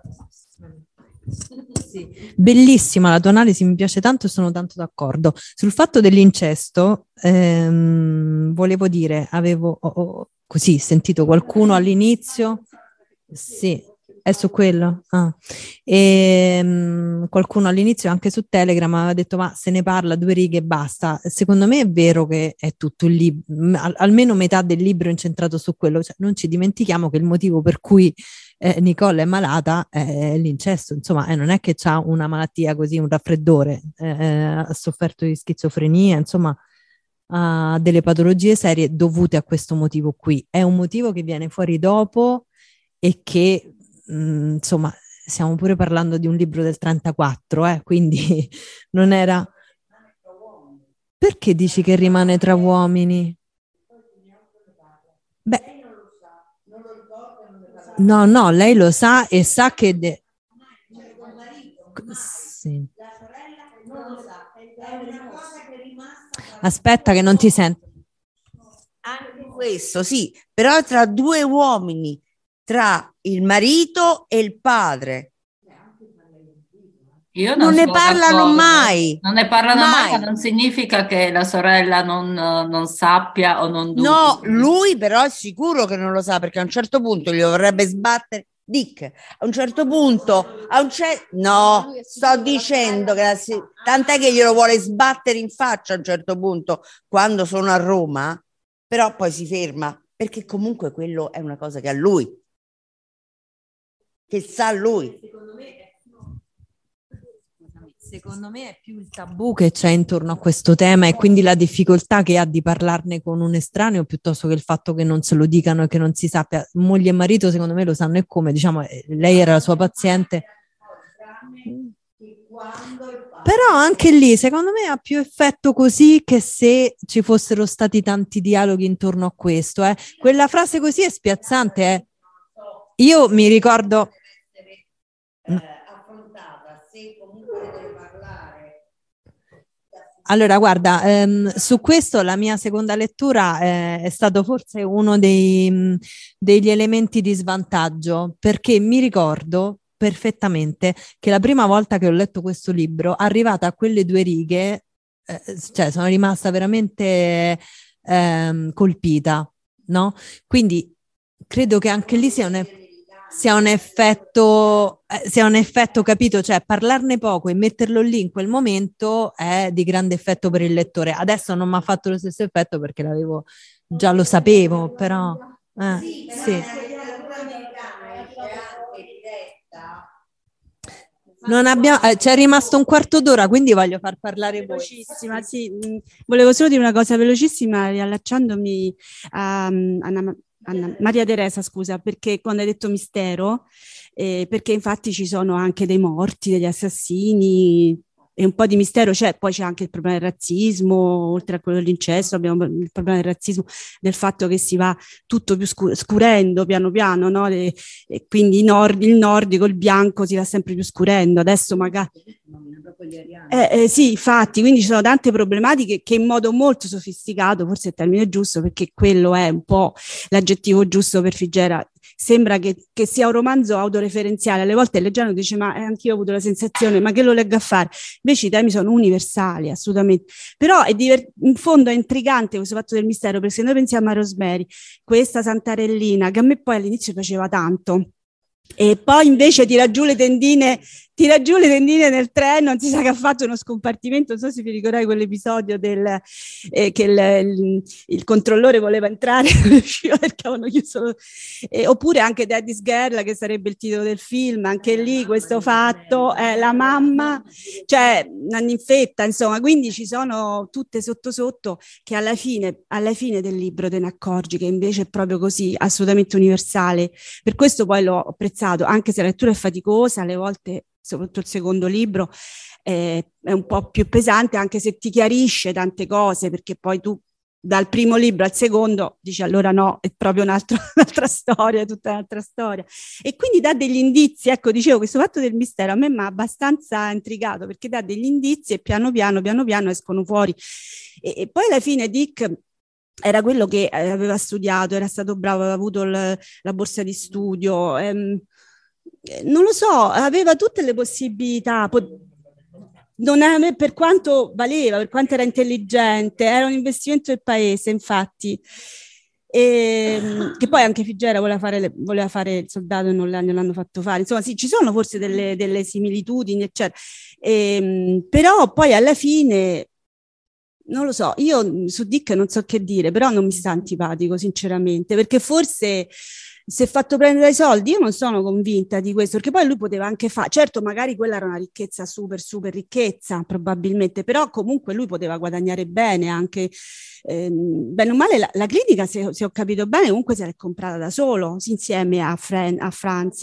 Sì. Bellissima la tua analisi, mi piace tanto e sono tanto d'accordo. Sul fatto dell'incesto, volevo dire, avevo così sentito qualcuno all'inizio, sì, è su quello? Qualcuno all'inizio anche su Telegram aveva detto ma se ne parla 2 righe e basta. Secondo me è vero che è tutto il libro, almeno metà del libro è incentrato su quello, cioè, non ci dimentichiamo che il motivo per cui Nicole è malata è l'incesto, insomma non è che ha una malattia così, un raffreddore, ha sofferto di schizofrenia, insomma ha delle patologie serie dovute a questo motivo qui. È un motivo che viene fuori dopo e che insomma stiamo pure parlando di un libro del 34, quindi non era. Perché dici che rimane tra uomini? Beh, no, lei lo sa e sa che sì. Aspetta che non ti sento. Anche questo sì, però tra 2 uomini, tra il marito e il padre. Io non ne parlano d'accordo. mai. Non ne parlano mai, ma non significa che la sorella non sappia o non dubiti. No, lui però è sicuro che non lo sa, perché a un certo punto gli vorrebbe sbattere Dick. A un certo punto, no, sto dicendo che tant'è che glielo vuole sbattere in faccia a un certo punto quando sono a Roma, però poi si ferma, perché comunque quello è una cosa che ha lui. Che sa lui. Secondo me è più il tabù che c'è intorno a questo tema e quindi la difficoltà che ha di parlarne con un estraneo piuttosto che il fatto che non se lo dicano e che non si sappia. Moglie e marito secondo me lo sanno, e come, diciamo, lei era la sua paziente. Però anche lì secondo me ha più effetto così che se ci fossero stati tanti dialoghi intorno a questo. Quella frase così è spiazzante. Io mi ricordo allora guarda, su questo la mia seconda lettura è stato forse uno degli elementi di svantaggio, perché mi ricordo perfettamente che la prima volta che ho letto questo libro, arrivata a quelle 2 righe, cioè sono rimasta veramente colpita, no? Quindi credo che anche lì sia un effetto, capito? Cioè parlarne poco e metterlo lì in quel momento è di grande effetto per il lettore. Adesso non mi ha fatto lo stesso effetto perché già lo sapevo, però sì. Non abbiamo, c'è rimasto un quarto d'ora, quindi voglio far parlare voi. Velocissima, sì. Volevo solo dire una cosa velocissima, riallacciandomi a Maria Teresa, scusa, perché quando hai detto mistero, perché infatti ci sono anche dei morti, degli assassini, e un po' di mistero c'è. Poi c'è anche il problema del razzismo, oltre a quello dell'incesto abbiamo il problema del razzismo, del fatto che si va tutto più scurendo piano piano, no? E quindi il nordico, il bianco si va sempre più scurendo. Adesso magari sì, infatti, quindi ci sono tante problematiche che in modo molto sofisticato, forse è il termine giusto, perché quello è un po' l'aggettivo giusto per Fitzgerald. Sembra che sia un romanzo autoreferenziale, alle volte leggendo dice ma anch'io ho avuto la sensazione, ma che lo leggo a fare? Invece i temi sono universali, assolutamente. Però in fondo è intrigante questo fatto del mistero, perché se noi pensiamo a Rosemary, questa santarellina che a me poi all'inizio piaceva tanto, e poi invece tira giù le tendine tira giù le tendine nel treno, non si sa che ha fatto uno scompartimento, non so se vi ricordate quell'episodio che il controllore voleva entrare perché avevano chiuso, oppure anche Daddy's Girl, che sarebbe il titolo del film, anche lì questo fatto, la mamma, cioè una ninfetta, insomma, quindi ci sono tutte sotto sotto che alla fine del libro te ne accorgi che invece è proprio così, assolutamente universale. Per questo poi l'ho apprezzato, anche se la lettura è faticosa, alle volte, soprattutto il secondo libro, è un po' più pesante, anche se ti chiarisce tante cose, perché poi tu dal primo libro al secondo dici allora no, è proprio un'altra storia, tutta un'altra storia. E quindi dà degli indizi, ecco, dicevo, questo fatto del mistero a me mi ha abbastanza intrigato, perché dà degli indizi e piano piano escono fuori. E poi alla fine Dick era quello che aveva studiato, era stato bravo, aveva avuto la borsa di studio, non lo so, aveva tutte le possibilità, per quanto valeva, per quanto era intelligente, era un investimento del paese, infatti. Che poi anche Figgera voleva fare il soldato e non l'hanno fatto fare. Insomma, sì, ci sono forse delle similitudini, eccetera. Però poi alla fine, non lo so, io su Dick non so che dire, però non mi sta antipatico, sinceramente, perché forse si è fatto prendere dai soldi. Io non sono convinta di questo, perché poi lui poteva anche fare, certo, magari quella era una ricchezza super ricchezza, probabilmente, però comunque lui poteva guadagnare bene anche, bene o male, la critica, se ho capito bene, comunque se l'è comprata da solo, insieme a Franz.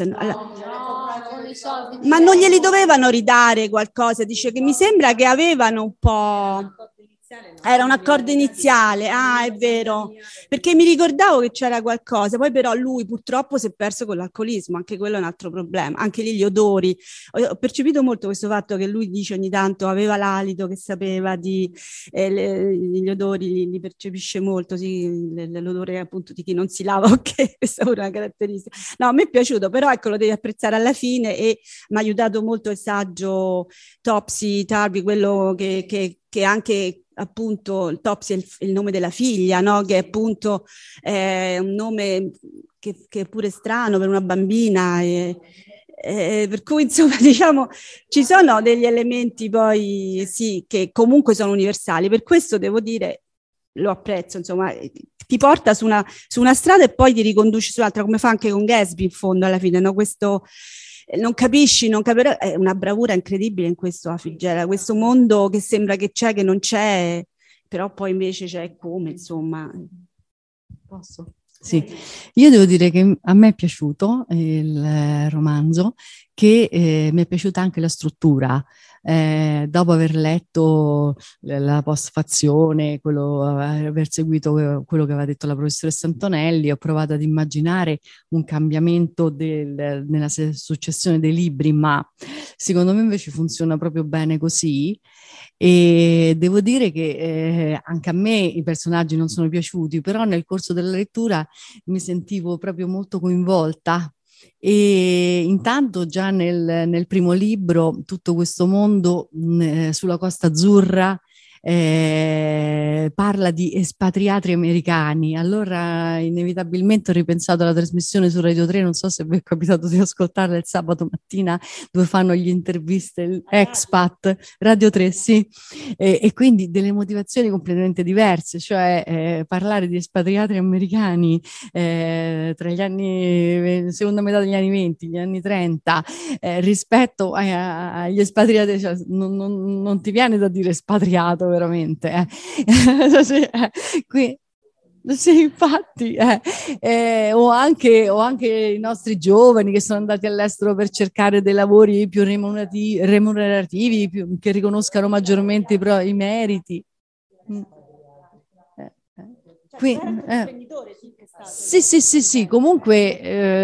Ma non glieli dovevano ridare qualcosa? Dice che mi sembra che avevano un po'... Era un accordo iniziale, è vero, perché mi ricordavo che c'era qualcosa, poi però lui purtroppo si è perso con l'alcolismo, anche quello è un altro problema, anche lì gli odori, ho percepito molto questo fatto che lui dice ogni tanto aveva l'alito, che sapeva gli odori li percepisce molto, sì, l'odore appunto di chi non si lava, ok, questa è una caratteristica. No, a me è piaciuto, però ecco, lo devi apprezzare alla fine, e mi ha aiutato molto il saggio Topsy Turvy, quello che anche appunto il Topsy è il nome della figlia, no? Che è appunto un nome che è pure strano per una bambina, per cui insomma diciamo ci sono degli elementi poi sì che comunque sono universali, per questo devo dire lo apprezzo, insomma ti porta su una strada e poi ti riconduci sull'altra, come fa anche con Gatsby in fondo alla fine, no? Questo non capisci, non capirò, è una bravura incredibile in questo a Figgera, questo mondo che sembra che c'è, che non c'è, però poi invece c'è, come, insomma. Posso? Sì, io devo dire che a me è piaciuto il romanzo, che mi è piaciuta anche la struttura. Dopo aver letto la postfazione, aver seguito quello che aveva detto la professoressa Antonelli, ho provato ad immaginare un cambiamento nella successione dei libri, ma secondo me invece funziona proprio bene così. E devo dire che anche a me i personaggi non sono piaciuti, però nel corso della lettura mi sentivo proprio molto coinvolta. E intanto già nel primo libro tutto questo mondo sulla Costa Azzurra parla di espatriati americani. Allora inevitabilmente ho ripensato alla trasmissione su Radio 3, non so se vi è capitato di ascoltarla il sabato mattina, dove fanno gli interviste expat, Radio 3, sì, e quindi delle motivazioni completamente diverse, cioè parlare di espatriati americani tra gli anni, seconda metà degli anni 20, gli anni 30, rispetto agli espatriati, cioè, non ti viene da dire espatriato veramente. Qui, sì, infatti, o anche i nostri giovani che sono andati all'estero per cercare dei lavori più remunerativi, che riconoscano maggiormente i meriti. Qui, sì, comunque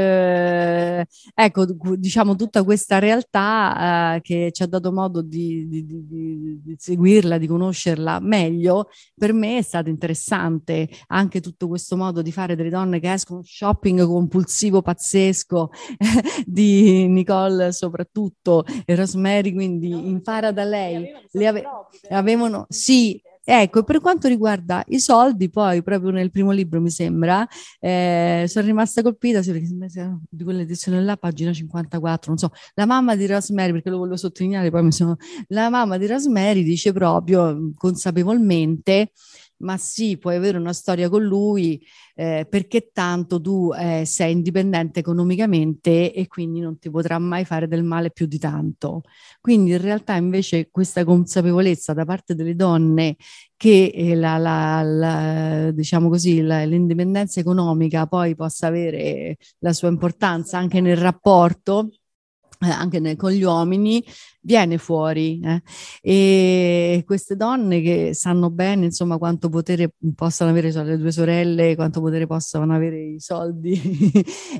ecco, diciamo tutta questa realtà che ci ha dato modo di seguirla, di conoscerla meglio, per me è stato interessante anche tutto questo modo di fare delle donne che escono, shopping compulsivo pazzesco di Nicole soprattutto, e Rosemary, quindi impara da lei. Avevano, sì, Ecco, per quanto riguarda i soldi, poi proprio nel primo libro, mi sembra, sono rimasta colpita di quell'edizione là, pagina 54, non so, la mamma di Rosemary, perché lo volevo sottolineare, la mamma di Rosemary dice proprio consapevolmente: ma sì, puoi avere una storia con lui, perché tanto tu sei indipendente economicamente e quindi non ti potrà mai fare del male più di tanto. Quindi in realtà invece questa consapevolezza da parte delle donne che diciamo così, l'indipendenza economica poi possa avere la sua importanza anche nel rapporto, con gli uomini, viene fuori. E queste donne che sanno bene, insomma, quanto potere possano avere, cioè, le due sorelle, quanto potere possano avere i soldi,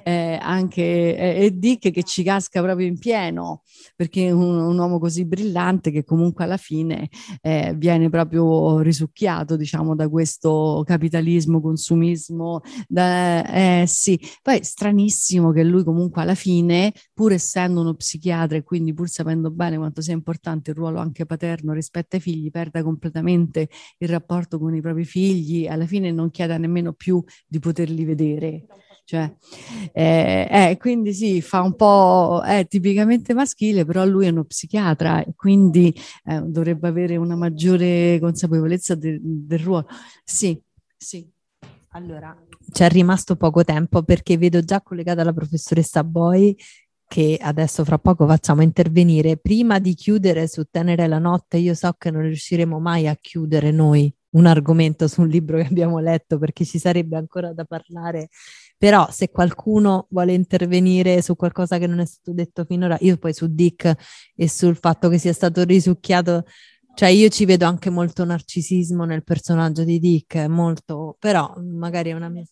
e Dick che ci casca proprio in pieno, perché è un uomo così brillante che comunque alla fine viene proprio risucchiato, diciamo, da questo capitalismo, consumismo. Sì. Poi stranissimo che lui comunque alla fine, pur essendo uno psichiatra e quindi pur sapendo bene quanto sia importante il ruolo anche paterno rispetto ai figli, perda completamente il rapporto con i propri figli, alla fine non chieda nemmeno più di poterli vedere. Cioè, quindi sì, fa un po', è tipicamente maschile, però lui è uno psichiatra e quindi dovrebbe avere una maggiore consapevolezza del ruolo. Sì, sì. Allora, c'è rimasto poco tempo perché vedo già collegata la professoressa Boy, che adesso fra poco facciamo intervenire. Prima di chiudere su Tenere la notte, io so che non riusciremo mai a chiudere noi un argomento su un libro che abbiamo letto, perché ci sarebbe ancora da parlare, però se qualcuno vuole intervenire su qualcosa che non è stato detto finora, io poi su Dick e sul fatto che sia stato risucchiato, cioè io ci vedo anche molto narcisismo nel personaggio di Dick, molto, però magari è una mia...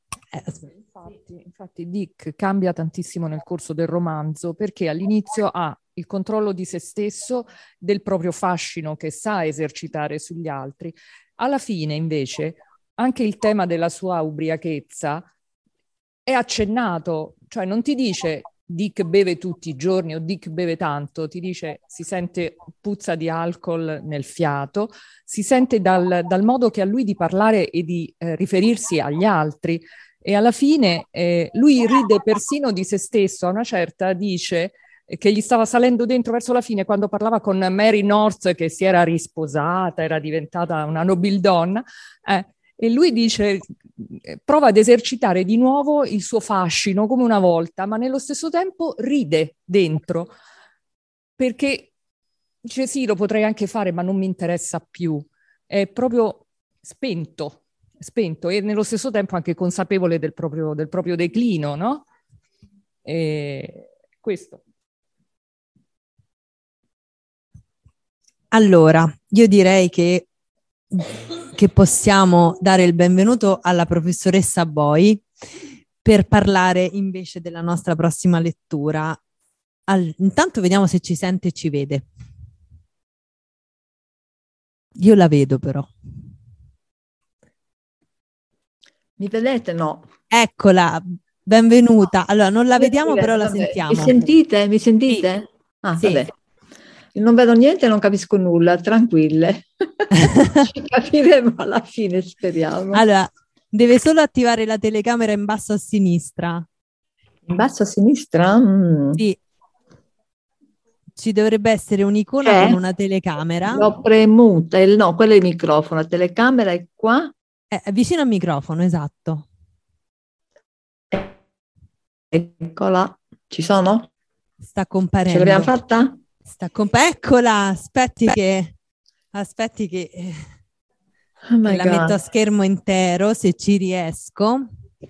Infatti Dick cambia tantissimo nel corso del romanzo, perché all'inizio ha il controllo di se stesso, del proprio fascino che sa esercitare sugli altri. Alla fine invece anche il tema della sua ubriachezza è accennato, cioè non ti dice Dick beve tutti i giorni o Dick beve tanto, ti dice si sente puzza di alcol nel fiato, si sente dal modo che ha lui di parlare e di riferirsi agli altri. E alla fine lui ride persino di se stesso, a una certa dice che gli stava salendo dentro verso la fine quando parlava con Mary North, che si era risposata, era diventata una nobildonna, e lui dice prova ad esercitare di nuovo il suo fascino come una volta, ma nello stesso tempo ride dentro, perché dice sì, lo potrei anche fare, ma non mi interessa più, è proprio spento e nello stesso tempo anche consapevole del proprio declino, no? E questo. Allora, io direi che possiamo dare il benvenuto alla professoressa Boy per parlare invece della nostra prossima lettura. Intanto vediamo se ci sente e ci vede. Io la vedo però. Mi vedete? No. Eccola, benvenuta. Allora, non la vediamo, però la sentiamo. Mi sentite? Mi sentite? Sì. Ah, sì. Vabbè. Non vedo niente, non capisco nulla, tranquille. Ci capiremo alla fine, speriamo. Allora, deve solo attivare la telecamera in basso a sinistra. In basso a sinistra? Sì. Ci dovrebbe essere un'icona con una telecamera. L'ho premuta, no, quello è il microfono, la telecamera è qua. È vicino al microfono, esatto. Eccola, ci sono? Sta comparendo. Ce l'abbiamo fatta? Eccola, aspetti che la metto a schermo intero, se ci riesco.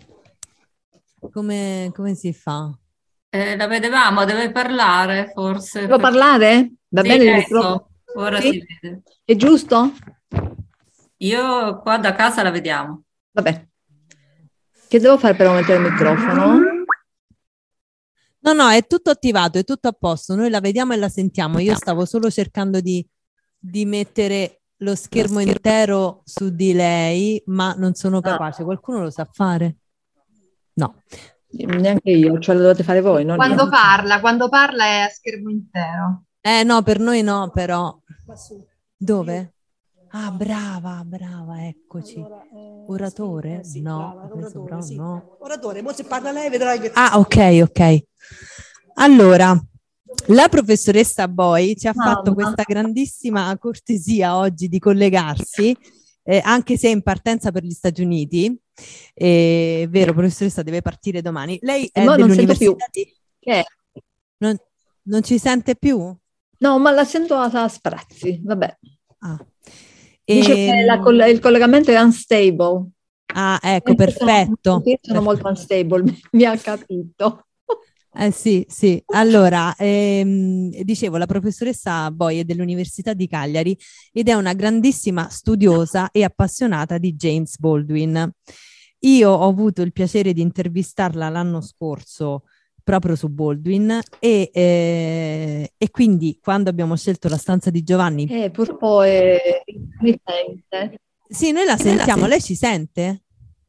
Come si fa? La vedevamo, deve parlare forse. Devo parlare? Va bene il microfono? Ora si vede. È giusto? Io qua da casa la vediamo. Vabbè. Che devo fare per aumentare il microfono? No, è tutto attivato, è tutto a posto. Noi la vediamo e la sentiamo. Io stavo solo cercando di mettere lo schermo intero su di lei, ma non sono capace. Qualcuno lo sa fare? No. Neanche io, cioè lo dovete fare voi. Non quando parla è a schermo intero. No, per noi no, però. Dove? Ah, brava, eccoci. Allora, Oratore? sì, No, brava, questo oratore, però sì. no. Oratore, mo se parla lei vedrai che... Ah, ok. Allora, la professoressa Boy ci ha fatto questa grandissima cortesia oggi di collegarsi, anche se in partenza per gli Stati Uniti. È vero, professoressa, deve partire domani. Lei è dell'università di... Che è? Non ci sente più? No, ma la sento a sprazzi, vabbè. Ah. Dice che il collegamento è unstable. Ah, ecco, perfetto. Sono molto unstable, mi ha capito. Sì. Allora, dicevo, la professoressa Boy è dell'Università di Cagliari ed è una grandissima studiosa e appassionata di James Baldwin. Io ho avuto il piacere di intervistarla l'anno scorso proprio su Baldwin e quindi quando abbiamo scelto La stanza di Giovanni... Purtroppo è intermittente. Sì, noi la sentiamo, lei ci sente?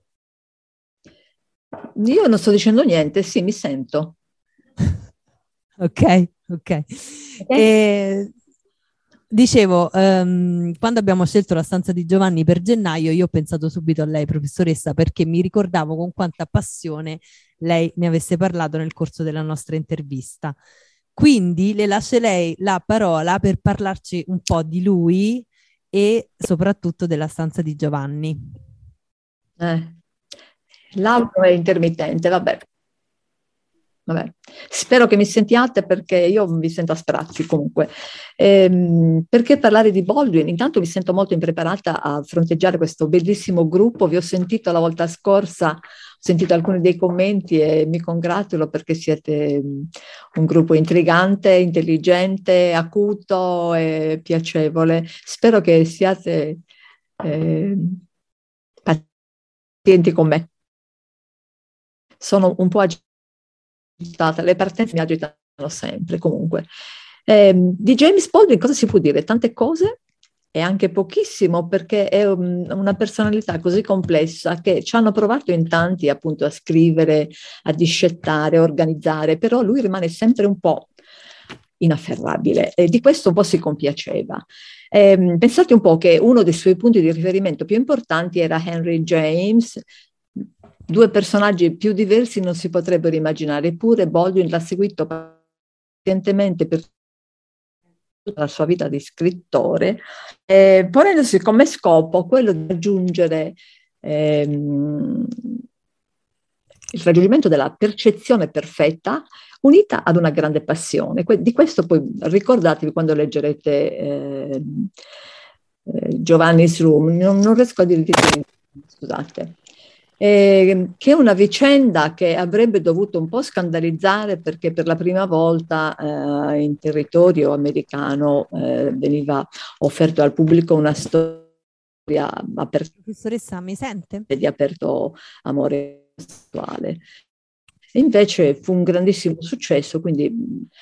Io non sto dicendo niente, sì, mi sento. Ok. Dicevo, quando abbiamo scelto La stanza di Giovanni per gennaio, io ho pensato subito a lei, professoressa, perché mi ricordavo con quanta passione lei ne avesse parlato nel corso della nostra intervista. Quindi le lascio lei la parola per parlarci un po' di lui e soprattutto della stanza di Giovanni. L'audio è intermittente, vabbè. Spero che mi sentiate perché io mi sento a sprazzi comunque. Perché parlare di Baldwin? Intanto mi sento molto impreparata a fronteggiare questo bellissimo gruppo. Vi ho sentito la volta scorsa, ho sentito alcuni dei commenti e mi congratulo perché siete un gruppo intrigante, intelligente, acuto e piacevole. Spero che siate pazienti con me. Sono un po' agitata, le partenze mi agitano sempre comunque. Di James Baldwin cosa si può dire? Tante cose e anche pochissimo perché è una personalità così complessa che ci hanno provato in tanti appunto a scrivere, a discettare, a organizzare, però lui rimane sempre un po' inafferrabile e di questo un po' si compiaceva. Pensate un po' che uno dei suoi punti di riferimento più importanti era Henry James. Due personaggi più diversi non si potrebbero immaginare, eppure Baldwin l'ha seguito pazientemente per tutta la sua vita di scrittore, ponendosi come scopo quello di raggiungere il raggiungimento della percezione perfetta unita ad una grande passione. Di questo poi ricordatevi quando leggerete Giovanni's Room, non riesco a dire di più, scusate. Che è una vicenda che avrebbe dovuto un po' scandalizzare perché per la prima volta in territorio americano veniva offerto al pubblico una storia aperta. Professoressa, mi sente? Di aperto amore sessuale. Invece fu un grandissimo successo, quindi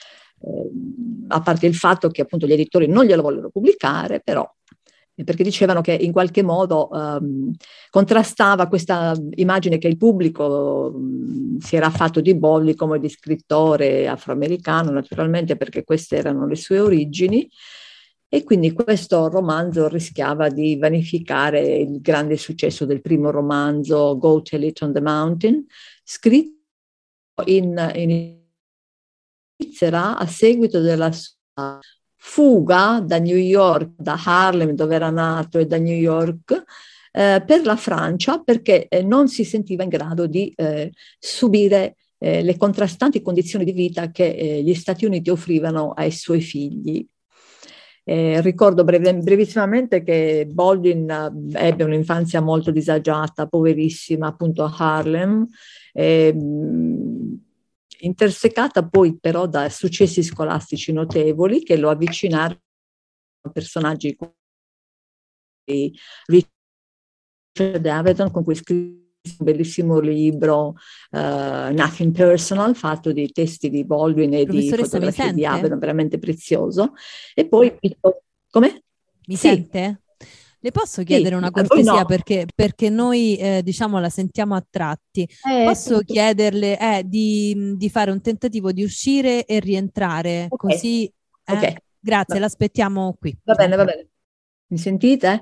a parte il fatto che appunto gli editori non glielo vollero pubblicare, però perché dicevano che in qualche modo contrastava questa immagine che il pubblico si era fatto di Baldwin come di scrittore afroamericano, naturalmente perché queste erano le sue origini, e quindi questo romanzo rischiava di vanificare il grande successo del primo romanzo, Go Tell It on the Mountain, scritto in Svizzera a seguito della sua fuga da New York, da Harlem dove era nato e da New York per la Francia perché non si sentiva in grado di subire le contrastanti condizioni di vita che gli Stati Uniti offrivano ai suoi figli. Ricordo brevissimamente che Baldwin ebbe un'infanzia molto disagiata, poverissima, appunto a Harlem, intersecata poi però da successi scolastici notevoli che lo avvicinarono a personaggi come Richard Avedon, con cui scrisse un bellissimo libro Nothing Personal, fatto di testi di Baldwin e di fotografie di Avedon, veramente prezioso. E poi come? Mi sente? Le posso chiedere una cortesia perché noi diciamo la sentiamo a tratti. Posso chiederle di fare un tentativo di uscire e rientrare così? Grazie, l'aspettiamo qui. Va bene. Mi sentite?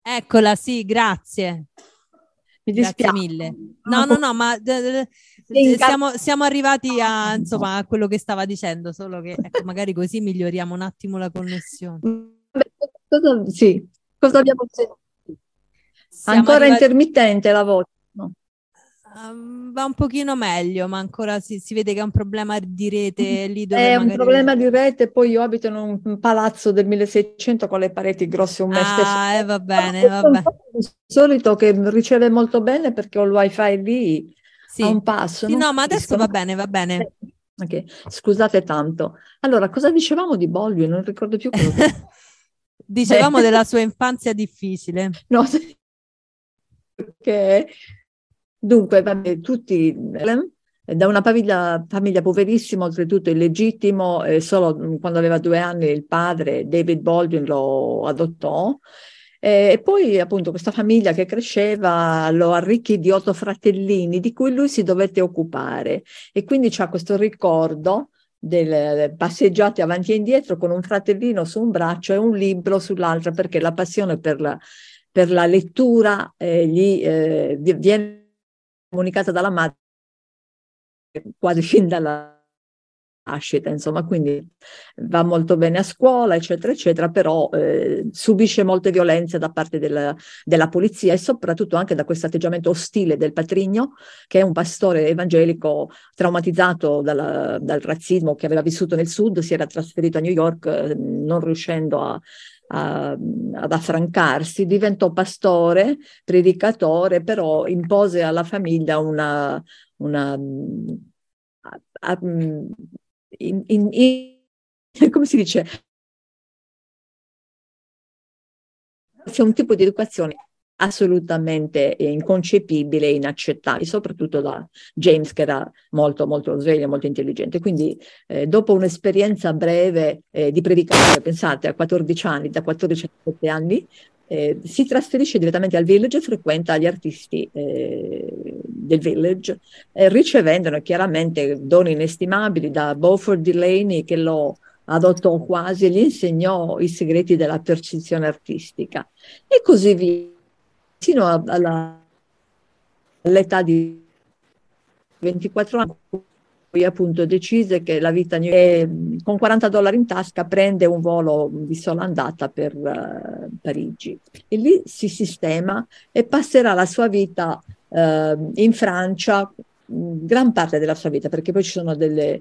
Eccola, sì, grazie. Mi Grazie dispiace. mille. No, ma siamo arrivati insomma, a quello che stava dicendo, solo che ecco, magari così miglioriamo un attimo la connessione. Sì, cosa abbiamo sentito? Siamo Ancora arrivati... intermittente la voce? No. Va un pochino meglio, ma ancora si vede che è un problema di rete lì dove È magari... un problema di rete, poi io abito in un palazzo del 1600 con le pareti grosse 1,60 m. Va bene, vabbè. Di solito che riceve molto bene perché ho il wifi lì sì. a un passo. Sì, no, ma adesso va bene, va bene. Okay. Scusate tanto. Allora, cosa dicevamo di Bollio? Non ricordo più cosa. Dicevamo della sua infanzia difficile. No, perché dunque, vabbè, tutti da una famiglia poverissima, oltretutto illegittimo, solo quando aveva 2 anni il padre, David Baldwin, lo adottò. E poi appunto questa famiglia che cresceva lo arricchì di 8 fratellini di cui lui si dovette occupare, e quindi c'ha questo ricordo delle passeggiate avanti e indietro con un fratellino su un braccio e un libro sull'altro, perché la passione per la lettura gli viene comunicata dalla madre quasi fin dalla nascita, insomma, quindi va molto bene a scuola, eccetera, eccetera, però subisce molte violenze da parte della polizia, e soprattutto anche da questo atteggiamento ostile del patrigno, che è un pastore evangelico traumatizzato dal razzismo, che aveva vissuto nel sud, si era trasferito a New York, non riuscendo ad affrancarsi, diventò pastore, predicatore, però impose alla famiglia come si dice? C'è un tipo di educazione assolutamente inconcepibile e inaccettabile, soprattutto da James, che era molto, molto sveglio, molto intelligente. Quindi dopo un'esperienza breve di predicatore, pensate, a 14 anni, da 14 a 17 anni, si trasferisce direttamente al village e frequenta gli artisti del village, ricevendone chiaramente doni inestimabili da Beaufort Delaney, che lo adottò quasi e gli insegnò i segreti della percezione artistica, e così via, fino all'età di 24 anni, poi appunto decise che la vita con $40 in tasca prende un volo di sola andata per Parigi, e lì si sistema e passerà la sua vita in Francia, gran parte della sua vita, perché poi ci sono delle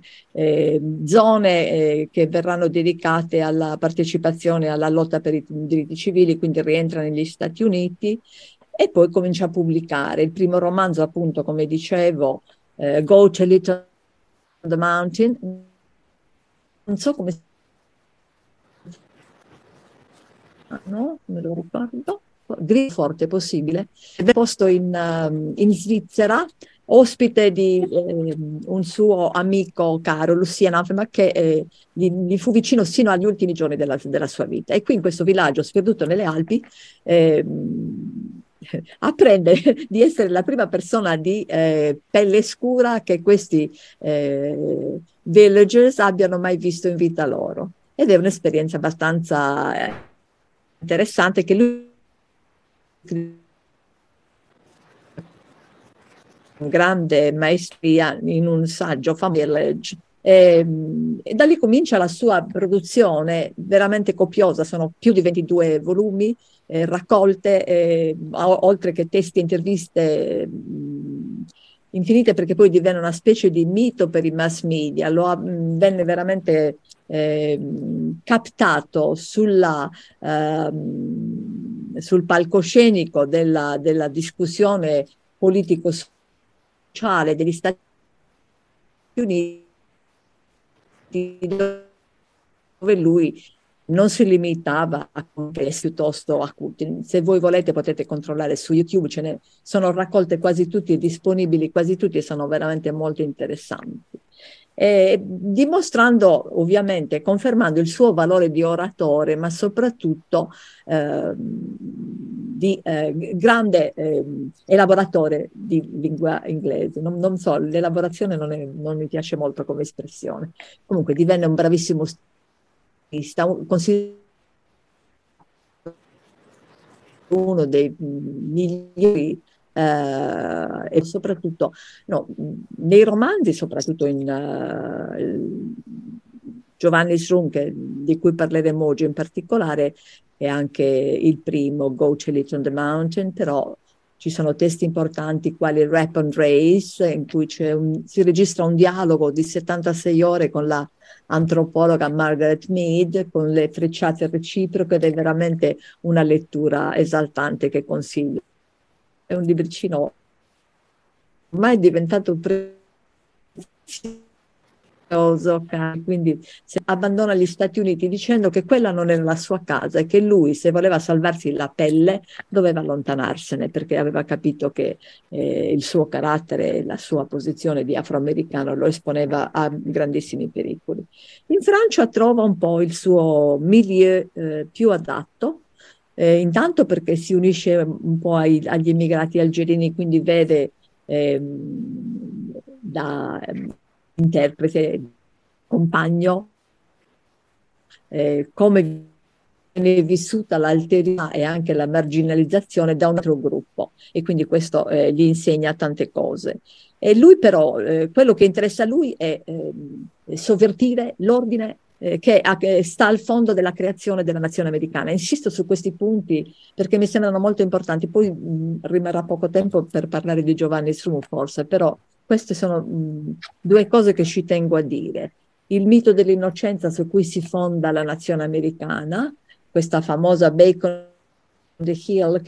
zone che verranno dedicate alla partecipazione alla lotta per i diritti civili, quindi rientra negli Stati Uniti, e poi comincia a pubblicare il primo romanzo, appunto, come dicevo, Go a Little on the Mountain, non so come no, me lo ricordo, forte possibile, è posto in Svizzera, ospite di un suo amico caro, Lucien Afema, che gli fu vicino sino agli ultimi giorni della sua vita. E qui in questo villaggio sperduto nelle Alpi apprende di essere la prima persona di pelle scura che questi villagers abbiano mai visto in vita loro. Ed è un'esperienza abbastanza interessante che lui con grande maestria in un saggio Village. E da lì comincia la sua produzione veramente copiosa, sono più di 22 volumi, raccolte, oltre che testi e interviste infinite, perché poi divenne una specie di mito per i mass media, venne veramente captato sul palcoscenico della discussione politico-sociale degli Stati Uniti, dove lui non si limitava a contesti piuttosto acuti. Se voi volete potete controllare su YouTube, ce ne sono raccolte quasi tutti e disponibili quasi tutti, e sono veramente molto interessanti. Dimostrando ovviamente, confermando il suo valore di oratore, ma soprattutto di grande elaboratore di lingua inglese. Non so, l'elaborazione non mi piace molto come espressione. Comunque divenne un bravissimo stilista, uno dei migliori e soprattutto nei romanzi, soprattutto in Giovanni Srum, di cui parleremo oggi in particolare, e anche il primo, Go to Live on the Mountain, però ci sono testi importanti quali Rap and Race, in cui si registra un dialogo di 76 ore con la antropologa Margaret Mead, con le frecciate reciproche, ed è veramente una lettura esaltante che consiglio. È un libricino ormai diventato prezioso, quindi abbandona gli Stati Uniti dicendo che quella non era la sua casa e che lui, se voleva salvarsi la pelle, doveva allontanarsene, perché aveva capito che il suo carattere e la sua posizione di afroamericano lo esponeva a grandissimi pericoli. In Francia trova un po' il suo milieu più adatto, intanto perché si unisce un po' agli immigrati algerini, quindi vede da interprete, compagno, come viene vissuta l'alterità e anche la marginalizzazione da un altro gruppo, e quindi questo gli insegna tante cose. E lui però, quello che interessa a lui è sovvertire l'ordine che sta al fondo della creazione della nazione americana. Insisto su questi punti perché mi sembrano molto importanti, poi rimarrà poco tempo per parlare di Giovanni Srum forse, però queste sono due cose che ci tengo a dire. Il mito dell'innocenza su cui si fonda la nazione americana, questa famosa Bacon on the Hill,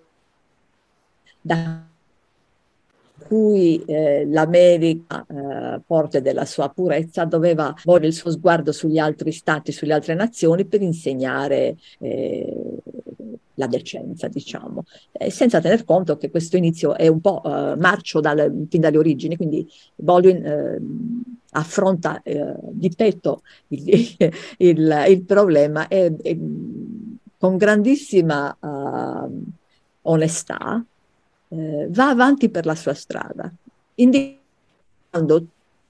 da cui l'America, forte della sua purezza, doveva volgere il suo sguardo sugli altri stati, sulle altre nazioni, per insegnare la decenza, diciamo, senza tener conto che questo inizio è un po' marcio fin dalle origini, quindi Baldwin affronta di petto il problema e con grandissima onestà va avanti per la sua strada, indicando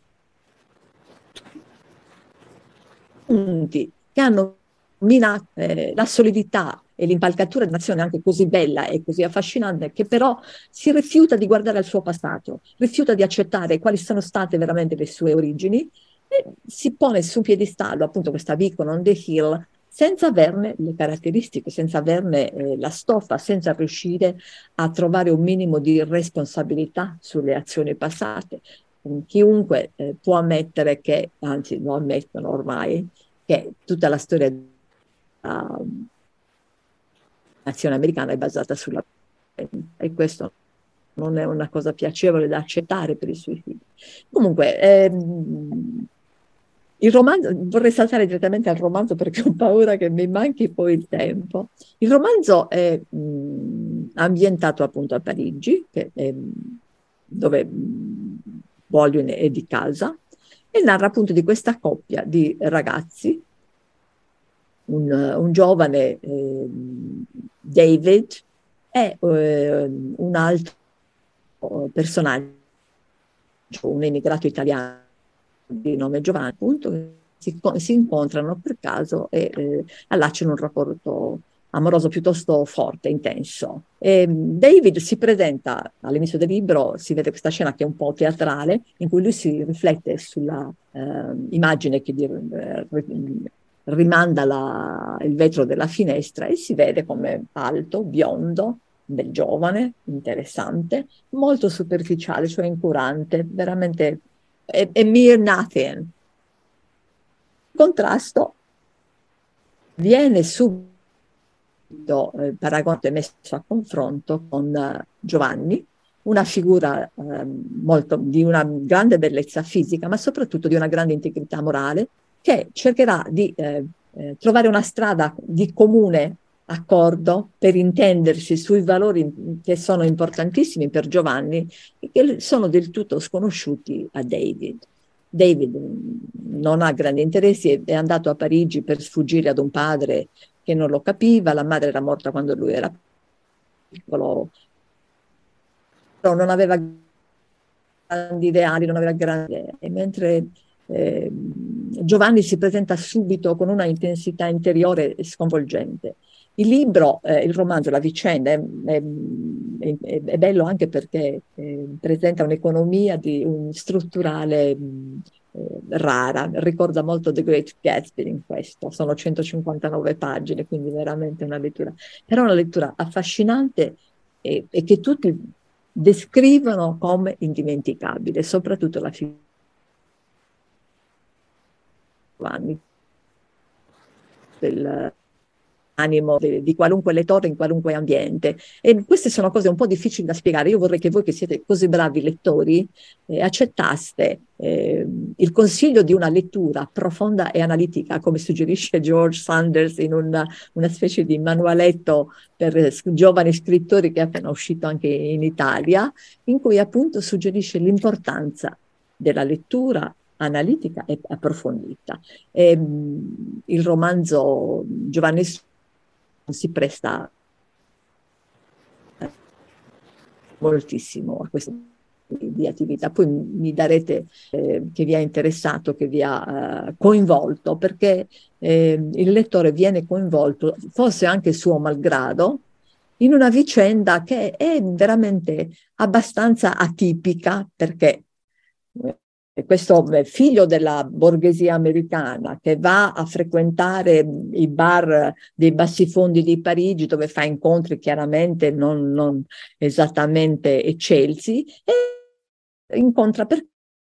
punti che hanno minato la solidità e l'impalcatura di un'azione anche così bella e così affascinante, che però si rifiuta di guardare al suo passato, rifiuta di accettare quali sono state veramente le sue origini, e si pone su un piedistallo, appunto, questa Beacon on the Hill, senza averne le caratteristiche, senza averne la stoffa, senza riuscire a trovare un minimo di responsabilità sulle azioni passate. Chiunque può ammettere che, anzi lo ammettono ormai, che tutta la storia della nazione americana è basata sulla e questo non è una cosa piacevole da accettare per i suoi figli. Comunque, il romanzo, vorrei saltare direttamente al romanzo perché ho paura che mi manchi poi il tempo. Il romanzo è ambientato appunto a Parigi, dove Baldwin è di casa, e narra appunto di questa coppia di ragazzi, un giovane David e un altro personaggio, un emigrato italiano di nome Giovanni, appunto, si incontrano per caso e allacciano un rapporto amoroso piuttosto forte, intenso. E David si presenta all'inizio del libro, si vede questa scena che è un po' teatrale, in cui lui si riflette sulla immagine che rimanda il vetro della finestra, e si vede come alto, biondo, bel giovane, interessante, molto superficiale, cioè incurante, veramente è mere nothing. Il contrasto viene subito paragonato e messo a confronto con Giovanni, una figura di una grande bellezza fisica, ma soprattutto di una grande integrità morale, che cercherà di trovare una strada di comune accordo per intendersi sui valori che sono importantissimi per Giovanni e che sono del tutto sconosciuti a David. David non ha grandi interessi, è andato a Parigi per sfuggire ad un padre che non lo capiva, la madre era morta quando lui era piccolo, però non aveva grandi ideali, non aveva grandi idee, mentre Giovanni si presenta subito con una intensità interiore sconvolgente. Il libro, il romanzo, la vicenda è bello anche perché presenta un'economia strutturale rara, ricorda molto The Great Gatsby in questo, sono 159 pagine, quindi veramente una lettura, però una lettura affascinante e che tutti descrivono come indimenticabile, soprattutto la figura del animo di qualunque lettore in qualunque ambiente. E queste sono cose un po' difficili da spiegare. Io vorrei che voi, che siete così bravi lettori, accettaste il consiglio di una lettura profonda e analitica, come suggerisce George Sanders in una specie di manualetto per giovani scrittori che è appena uscito anche in Italia, in cui appunto suggerisce l'importanza della lettura analitica e approfondita. Il romanzo Giovanni si presta moltissimo a questa di attività. Poi mi darete che vi ha interessato, che vi ha coinvolto, perché il lettore viene coinvolto, forse anche suo malgrado, in una vicenda che è veramente abbastanza atipica, perché questo figlio della borghesia americana che va a frequentare i bar dei bassifondi di Parigi, dove fa incontri chiaramente non esattamente eccelsi, e incontra per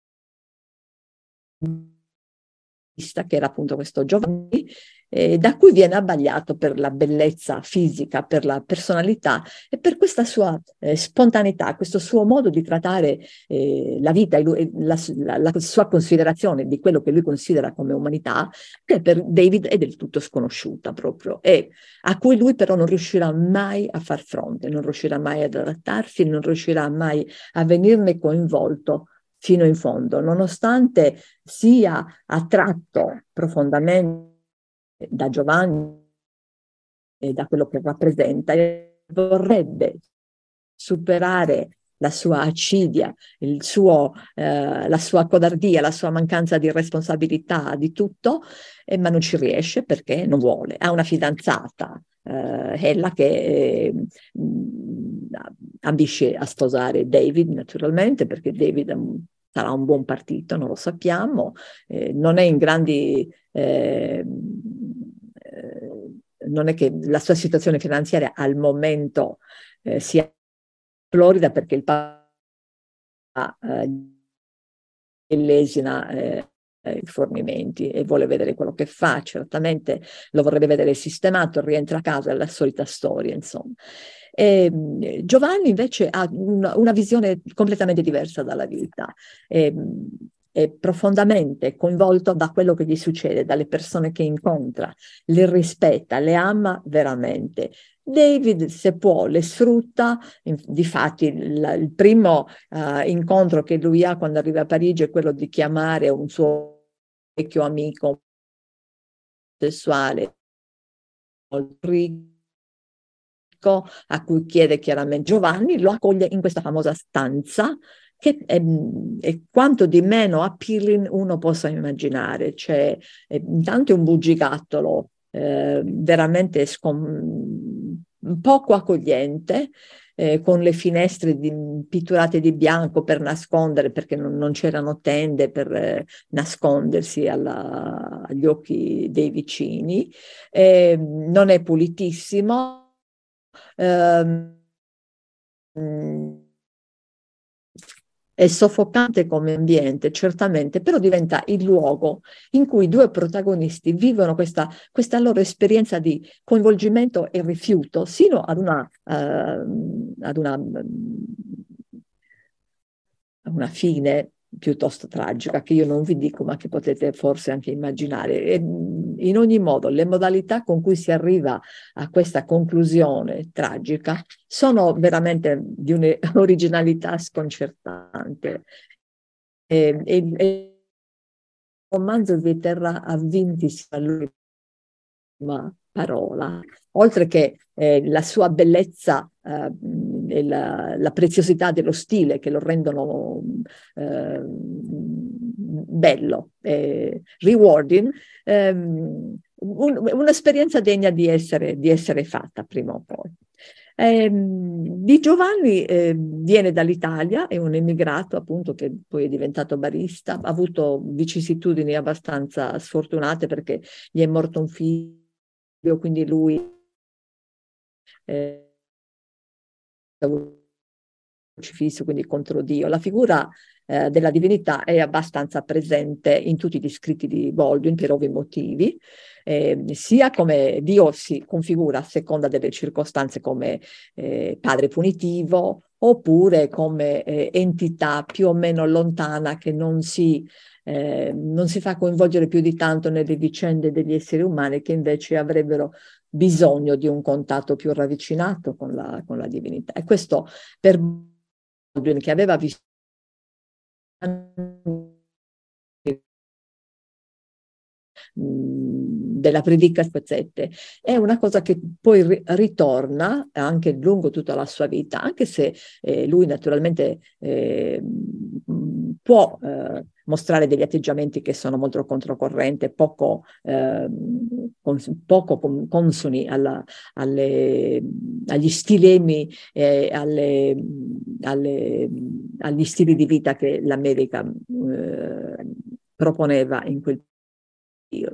che era appunto questo Giovanni, da cui viene abbagliato per la bellezza fisica, per la personalità e per questa sua spontaneità, questo suo modo di trattare la vita e la sua considerazione di quello che lui considera come umanità, che per David è del tutto sconosciuta proprio, e a cui lui però non riuscirà mai a far fronte, non riuscirà mai ad adattarsi, non riuscirà mai a venirne coinvolto fino in fondo, nonostante sia attratto profondamente da Giovanni e da quello che rappresenta, vorrebbe superare la sua acidia, la sua codardia, la sua mancanza di responsabilità, di tutto, ma non ci riesce perché non vuole. Ha una fidanzata, Ella, che ambisce a sposare David, naturalmente, perché David sarà un buon partito, non lo sappiamo, non è in grandi... non è che la sua situazione finanziaria al momento sia florida, perché il papà lesina i fornimenti e vuole vedere quello che fa, certamente lo vorrebbe vedere sistemato, rientra a casa, è la solita storia, insomma. Giovanni invece ha una visione completamente diversa dalla vita, è profondamente coinvolto da quello che gli succede, dalle persone che incontra, le rispetta, le ama veramente. David, se può, le sfrutta. Difatti il primo incontro che lui ha quando arriva a Parigi è quello di chiamare un suo vecchio amico sessuale a cui chiede chiaramente. Giovanni lo accoglie in questa famosa stanza che è quanto di meno appealing uno possa immaginare. C'è intanto un bugigattolo veramente poco accogliente, con le finestre pitturate di bianco per nascondere, perché non c'erano tende per nascondersi agli occhi dei vicini, non è pulitissimo, è soffocante come ambiente, certamente, però diventa il luogo in cui i due protagonisti vivono questa loro esperienza di coinvolgimento e rifiuto, sino ad una fine piuttosto tragica, che io non vi dico, ma che potete forse anche immaginare. E in ogni modo, le modalità con cui si arriva a questa conclusione tragica sono veramente di un'originalità sconcertante. Il romanzo vi terrà avvinti all'ultima parola, oltre che la sua bellezza, la preziosità dello stile che lo rendono bello, rewarding, un'esperienza degna di essere fatta prima o poi. Di Giovanni viene dall'Italia, è un immigrato appunto che poi è diventato barista, ha avuto vicissitudini abbastanza sfortunate perché gli è morto un figlio, quindi lui crocifisso, quindi contro Dio. La figura della divinità è abbastanza presente in tutti gli scritti di Baldwin per ovvi motivi, sia come Dio si configura a seconda delle circostanze come padre punitivo, oppure come entità più o meno lontana che non si fa coinvolgere più di tanto nelle vicende degli esseri umani, che invece avrebbero bisogno di un contatto più ravvicinato con la divinità. E questo per Baldwin, che aveva visto della predica spezzette, è una cosa che poi ritorna anche lungo tutta la sua vita, anche se lui naturalmente può mostrare degli atteggiamenti che sono molto controcorrente, poco consoni agli stilemi, agli stili di vita che l'America proponeva in quel periodo.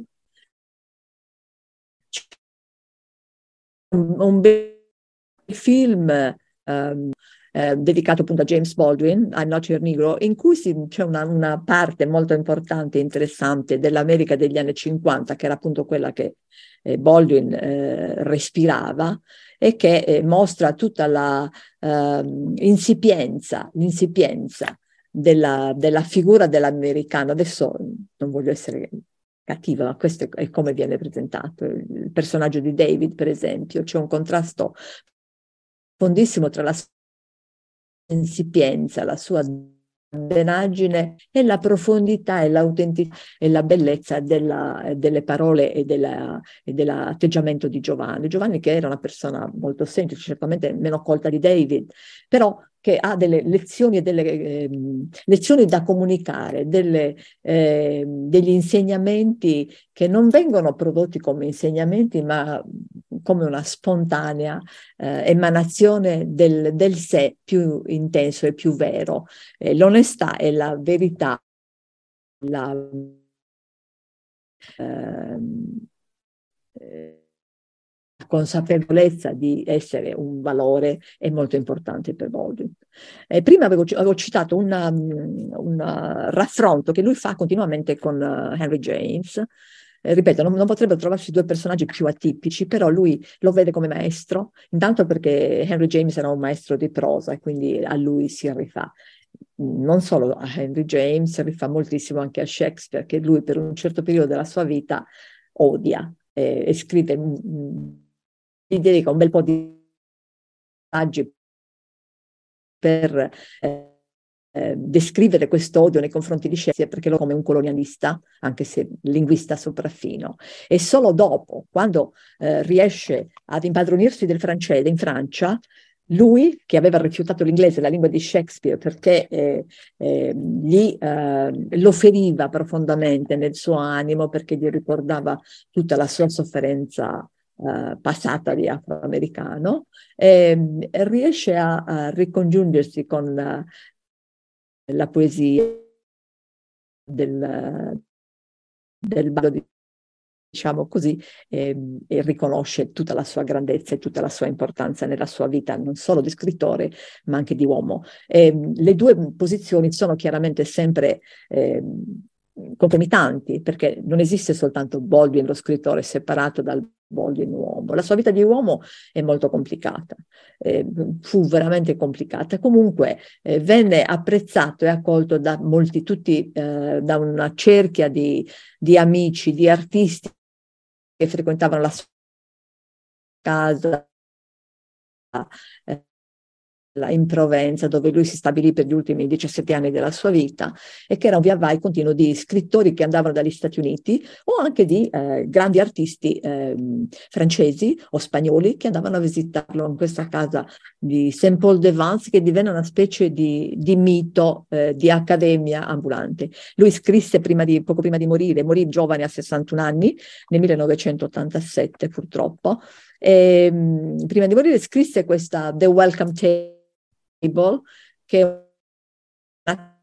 Un bel film dedicato appunto a James Baldwin, I'm Not Your Negro, in cui c'è una parte molto importante e interessante dell'America degli anni 50, che era appunto quella che Baldwin respirava, e che mostra tutta l'insipienza della figura dell'americano. Adesso non voglio essere cattiva, ma questo è come viene presentato. Il personaggio di David, per esempio, c'è un contrasto profondissimo tra la sua insipienza, la sua denaggine e la profondità e l'autenticità e la bellezza delle parole e dell'atteggiamento di Giovanni. Giovanni, che era una persona molto semplice, certamente meno colta di David, però che ha delle lezioni e delle lezioni da comunicare, degli insegnamenti che non vengono prodotti come insegnamenti, ma come una spontanea emanazione del sé più intenso e più vero. L'onestà e la verità, la consapevolezza di essere un valore è molto importante per Baldwin. Prima avevo citato un raffronto che lui fa continuamente con Henry James. Ripeto, non potrebbero trovarsi due personaggi più atipici, però lui lo vede come maestro, intanto perché Henry James era un maestro di prosa e quindi a lui si rifà. Non solo a Henry James, rifà moltissimo anche a Shakespeare, che lui per un certo periodo della sua vita odia e scrive, gli dedica un bel po' di passaggi per descrivere questo odio nei confronti di Shakespeare, perché lo come un colonialista, anche se linguista sopraffino. E solo dopo, quando riesce ad impadronirsi del francese in Francia, lui, che aveva rifiutato l'inglese, la lingua di Shakespeare, perché lo feriva profondamente nel suo animo, perché gli ricordava tutta la sua sofferenza passata di afroamericano, riesce a ricongiungersi con la poesia del ballo, diciamo così, e riconosce tutta la sua grandezza e tutta la sua importanza nella sua vita, non solo di scrittore, ma anche di uomo. Le due posizioni sono chiaramente sempre concomitanti, perché non esiste soltanto Baldwin, lo scrittore, separato dal Baldwin uomo. La sua vita di uomo è molto complicata, fu veramente complicata. Comunque venne apprezzato e accolto da molti, tutti, da una cerchia di amici, di artisti che frequentavano la sua casa, in Provenza, dove lui si stabilì per gli ultimi 17 anni della sua vita, e che era un via vai continuo di scrittori che andavano dagli Stati Uniti o anche di grandi artisti francesi o spagnoli che andavano a visitarlo in questa casa di Saint-Paul-de-Vence, che divenne una specie di mito, di accademia ambulante. Lui scrisse poco prima di morire, morì giovane a 61 anni, nel 1987 purtroppo. Prima di morire scrisse questa The Welcome Table, che è una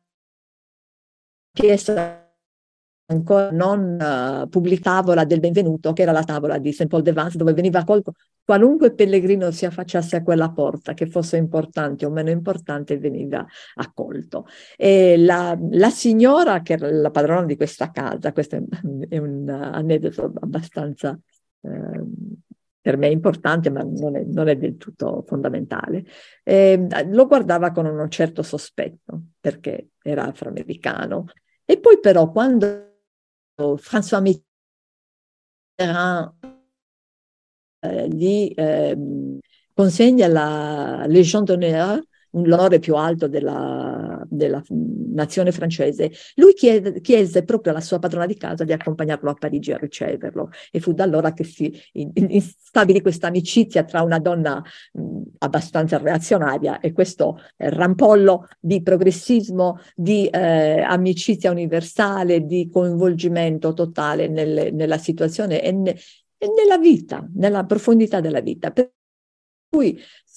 pièce ancora non pubblicata del benvenuto, che era la tavola di Saint-Paul-de-Vence, dove veniva accolto qualunque pellegrino si affacciasse a quella porta, che fosse importante o meno importante, veniva accolto. E la signora, che era la padrona di questa casa, questo è un aneddoto abbastanza per me importante, ma non è del tutto fondamentale, lo guardava con un certo sospetto, perché era afroamericano. E poi però quando François Mitterrand gli consegna la Légion d'honneur, l'onore più alto della nazione francese, lui chiese proprio alla sua padrona di casa di accompagnarlo a Parigi a riceverlo, e fu da allora che si stabilì questa amicizia tra una donna abbastanza reazionaria e questo rampollo di progressismo, di amicizia universale, di coinvolgimento totale nella situazione e nella vita, nella profondità della vita. Per cui,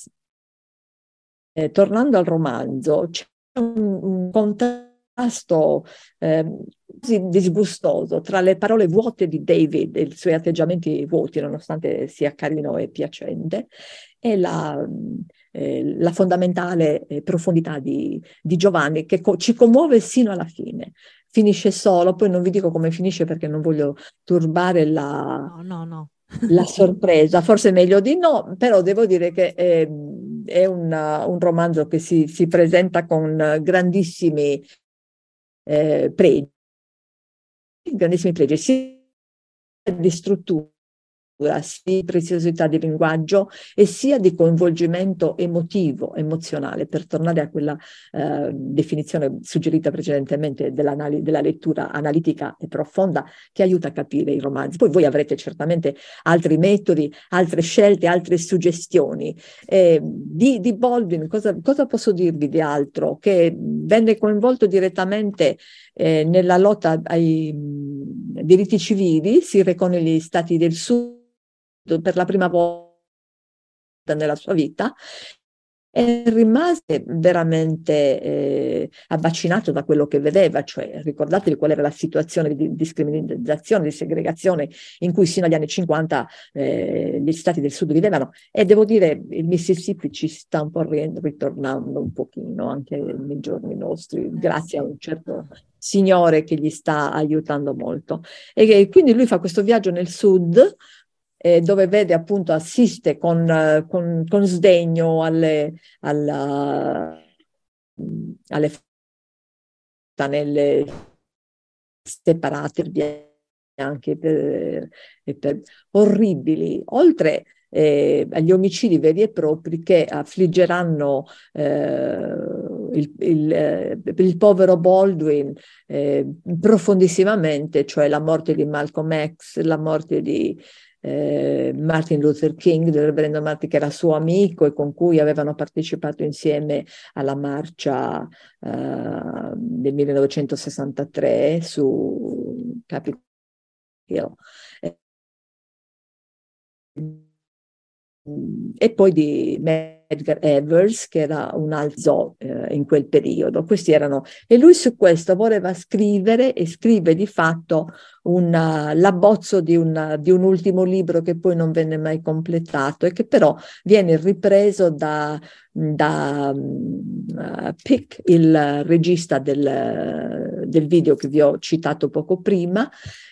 tornando al romanzo, c'è un contrasto quasi disgustoso tra le parole vuote di David e i suoi atteggiamenti vuoti, nonostante sia carino e piacente, e la fondamentale profondità di Giovanni, che ci commuove sino alla fine. Finisce solo, poi non vi dico come finisce perché non voglio turbare la sorpresa, forse è meglio di no, però devo dire che è un romanzo che si presenta con grandissimi pregi, sia di struttura, sia di preziosità di linguaggio e sia di coinvolgimento emozionale, per tornare a quella definizione suggerita precedentemente della lettura analitica e profonda, che aiuta a capire i romanzi. Poi voi avrete certamente altri metodi, altre scelte, altre suggestioni. Di Baldwin cosa posso dirvi di altro? Che venne coinvolto direttamente nella lotta ai diritti civili, si recò negli Stati del Sud per la prima volta nella sua vita e rimase veramente abbacinato da quello che vedeva, cioè ricordatevi qual era la situazione di discriminazione, di segregazione in cui sino agli anni 50 gli Stati del Sud vivevano, e devo dire il Mississippi ci sta un po' ritornando un pochino anche nei giorni nostri, grazie a un certo signore che gli sta aiutando molto. E quindi lui fa questo viaggio nel Sud, dove vede appunto, assiste con sdegno alle fontanelle separate, bianche, orribili, oltre agli omicidi veri e propri che affliggeranno il povero Baldwin profondissimamente, cioè la morte di Malcolm X, la morte di Martin Luther King, del reverendo Martin, che era suo amico e con cui avevano partecipato insieme alla marcia del 1963 su Capitol Hill. E poi di Medgar Evers, che era un altro in quel periodo. Questi erano, e lui su questo voleva scrivere, e scrive di fatto l'abbozzo di un ultimo libro che poi non venne mai completato e che però viene ripreso da Pick, il regista del video che vi ho citato poco prima,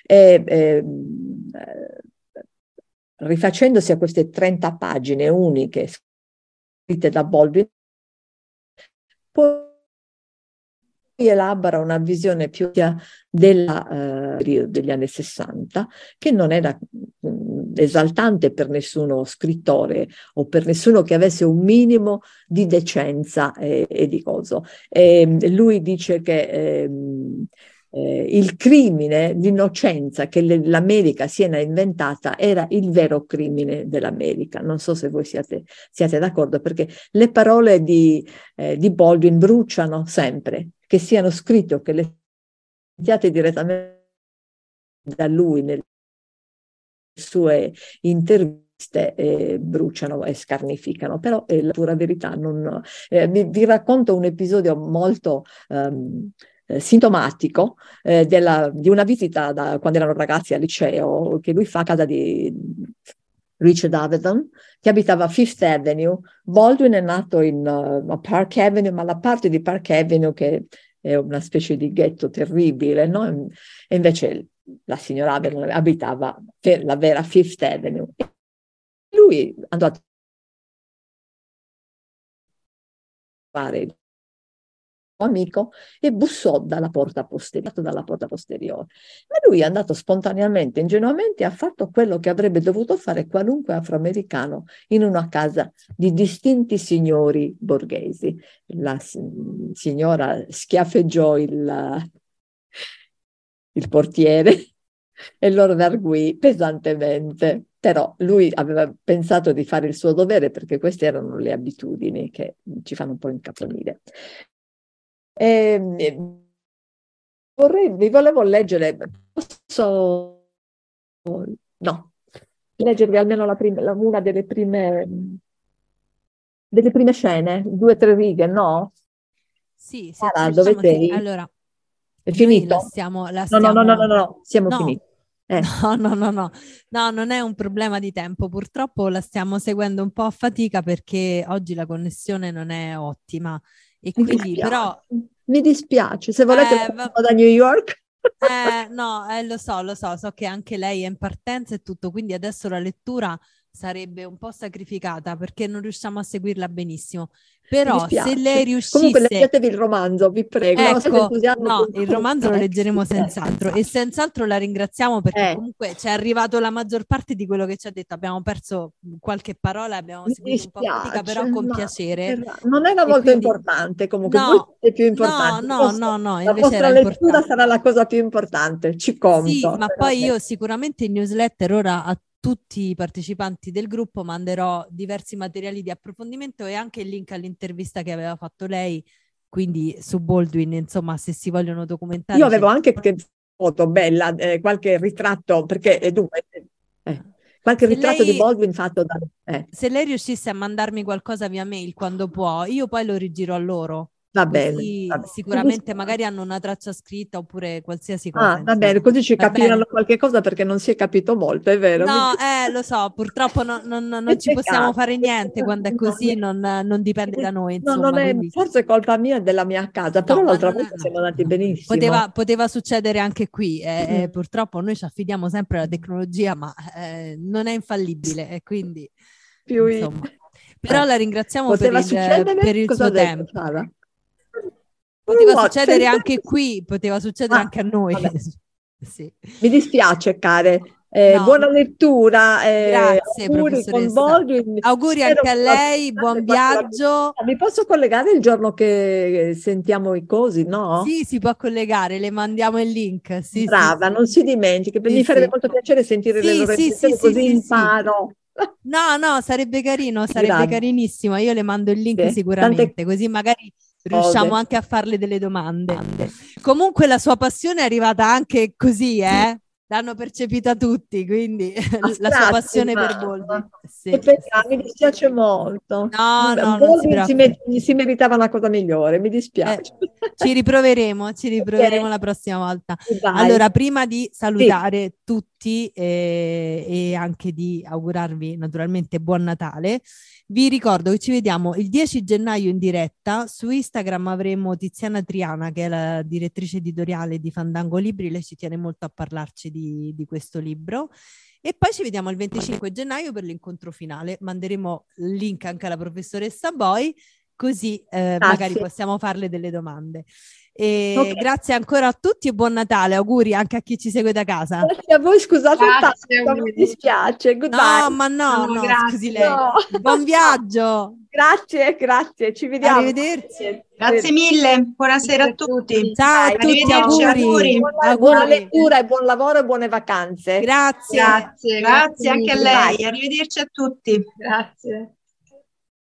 rifacendosi a queste 30 pagine uniche scritte da Baldwin, poi elabora una visione più della periodo degli anni 60, che non era esaltante per nessuno scrittore o per nessuno che avesse un minimo di decenza e di coso. Lui dice che il crimine, l'innocenza che l'America si era inventata era il vero crimine dell'America. Non so se voi siate d'accordo, perché le parole di Baldwin bruciano sempre, che siano scritte o che le sentiate direttamente da lui nelle sue interviste, bruciano e scarnificano, però è la pura verità. Vi racconto un episodio molto sintomatico di una visita quando erano ragazzi al liceo, che lui fa a casa di Richard Avedon, che abitava a Fifth Avenue. Baldwin è nato a Park Avenue, ma la parte di Park Avenue che è una specie di ghetto terribile, no? E invece la signora Avedon abitava per la vera Fifth Avenue. E lui andò a fare amico e bussò dalla porta posteriore. Ma lui è andato spontaneamente, ingenuamente, ha fatto quello che avrebbe dovuto fare qualunque afroamericano in una casa di distinti signori borghesi. La signora schiaffeggiò il portiere e lo redarguì pesantemente. Però lui aveva pensato di fare il suo dovere, perché queste erano le abitudini che ci fanno un po' incaponire. Vi volevo leggere, leggervi almeno una delle prime scene, 2 o 3 righe, no? Sì, dove sei? Allora, è finito? No, siamo finiti. No, non è un problema di tempo, purtroppo la stiamo seguendo un po' a fatica perché oggi la connessione non è ottima. E quindi mi dispiace, se volete da New York. Lo so che anche lei è in partenza e tutto, quindi adesso la lettura sarebbe un po' sacrificata perché non riusciamo a seguirla benissimo. Però se lei riuscisse... Comunque leggetevi il romanzo, vi prego. Ecco, il romanzo lo leggeremo senz'altro e senz'altro la ringraziamo perché comunque ci è arrivato la maggior parte di quello che ci ha detto. Abbiamo perso qualche parola, abbiamo seguito un po' fatica, però con piacere. Non era molto importante, comunque voi siete più importante. No, la vostra lettura sarà la cosa più importante, ci conto. Sì, ma poi io sicuramente in newsletter ora a tutti i partecipanti del gruppo manderò diversi materiali di approfondimento e anche il link all'intervista che aveva fatto lei, quindi su Baldwin, insomma, se si vogliono documentare. Io avevo anche qualche foto bella, qualche ritratto, perché dunque qualche ritratto di Baldwin fatto da... Se lei riuscisse a mandarmi qualcosa via mail quando può, io poi lo rigiro a loro. Va bene. Sicuramente magari hanno una traccia scritta oppure qualsiasi cosa. Va bene, così ci capiranno qualche cosa perché non si è capito molto, è vero? No, lo so, purtroppo non ci possiamo fare niente quando è così, non dipende da noi. Insomma, non è forse colpa mia e della mia casa, però l'altra volta siamo andati benissimo. Poteva succedere anche qui, purtroppo noi ci affidiamo sempre alla tecnologia, ma non è infallibile e quindi insomma. Però la ringraziamo per il suo tempo. Sara? Poteva succedere anche qui, poteva succedere anche a noi. Sì. Mi dispiace, care. Buona lettura. Grazie, professoressa. Auguri anche a lei, buon viaggio. Mi posso collegare il giorno che sentiamo i cosi, no? Sì, si può collegare, le mandiamo il link. Sì, brava, non si dimentichi, mi farebbe molto piacere sentire le loro recensioni, così imparo. No, sarebbe carino, sarebbe carinissimo. Io le mando il link sicuramente, così magari riusciamo anche a farle delle domande. Comunque la sua passione è arrivata anche così, l'hanno percepita tutti, quindi la sua passione per Baldwin. Mi dispiace molto. No, si meritava una cosa migliore, mi dispiace. Ci riproveremo la prossima volta. Allora, prima di salutare tutti e anche di augurarvi naturalmente buon Natale, vi ricordo che ci vediamo il 10 gennaio in diretta. Su Instagram avremo Tiziana Triana, che è la direttrice editoriale di Fandango Libri, lei ci tiene molto a parlarci di questo libro. E poi ci vediamo il 25 gennaio per l'incontro finale. Manderemo il link anche alla professoressa Boy, così magari possiamo farle delle domande. E grazie ancora a tutti e buon Natale, auguri anche a chi ci segue da casa. Grazie a voi, scusate tanto, mi dispiace. Goodbye. No, ma no, scusi lei. No. Buon viaggio. Grazie, ci vediamo. Arrivederci. Grazie mille, buonasera a tutti. Ciao a tutti, auguri. Buona lettura e buon lavoro e buone vacanze. Grazie. Grazie anche a lei, arrivederci a tutti. Grazie.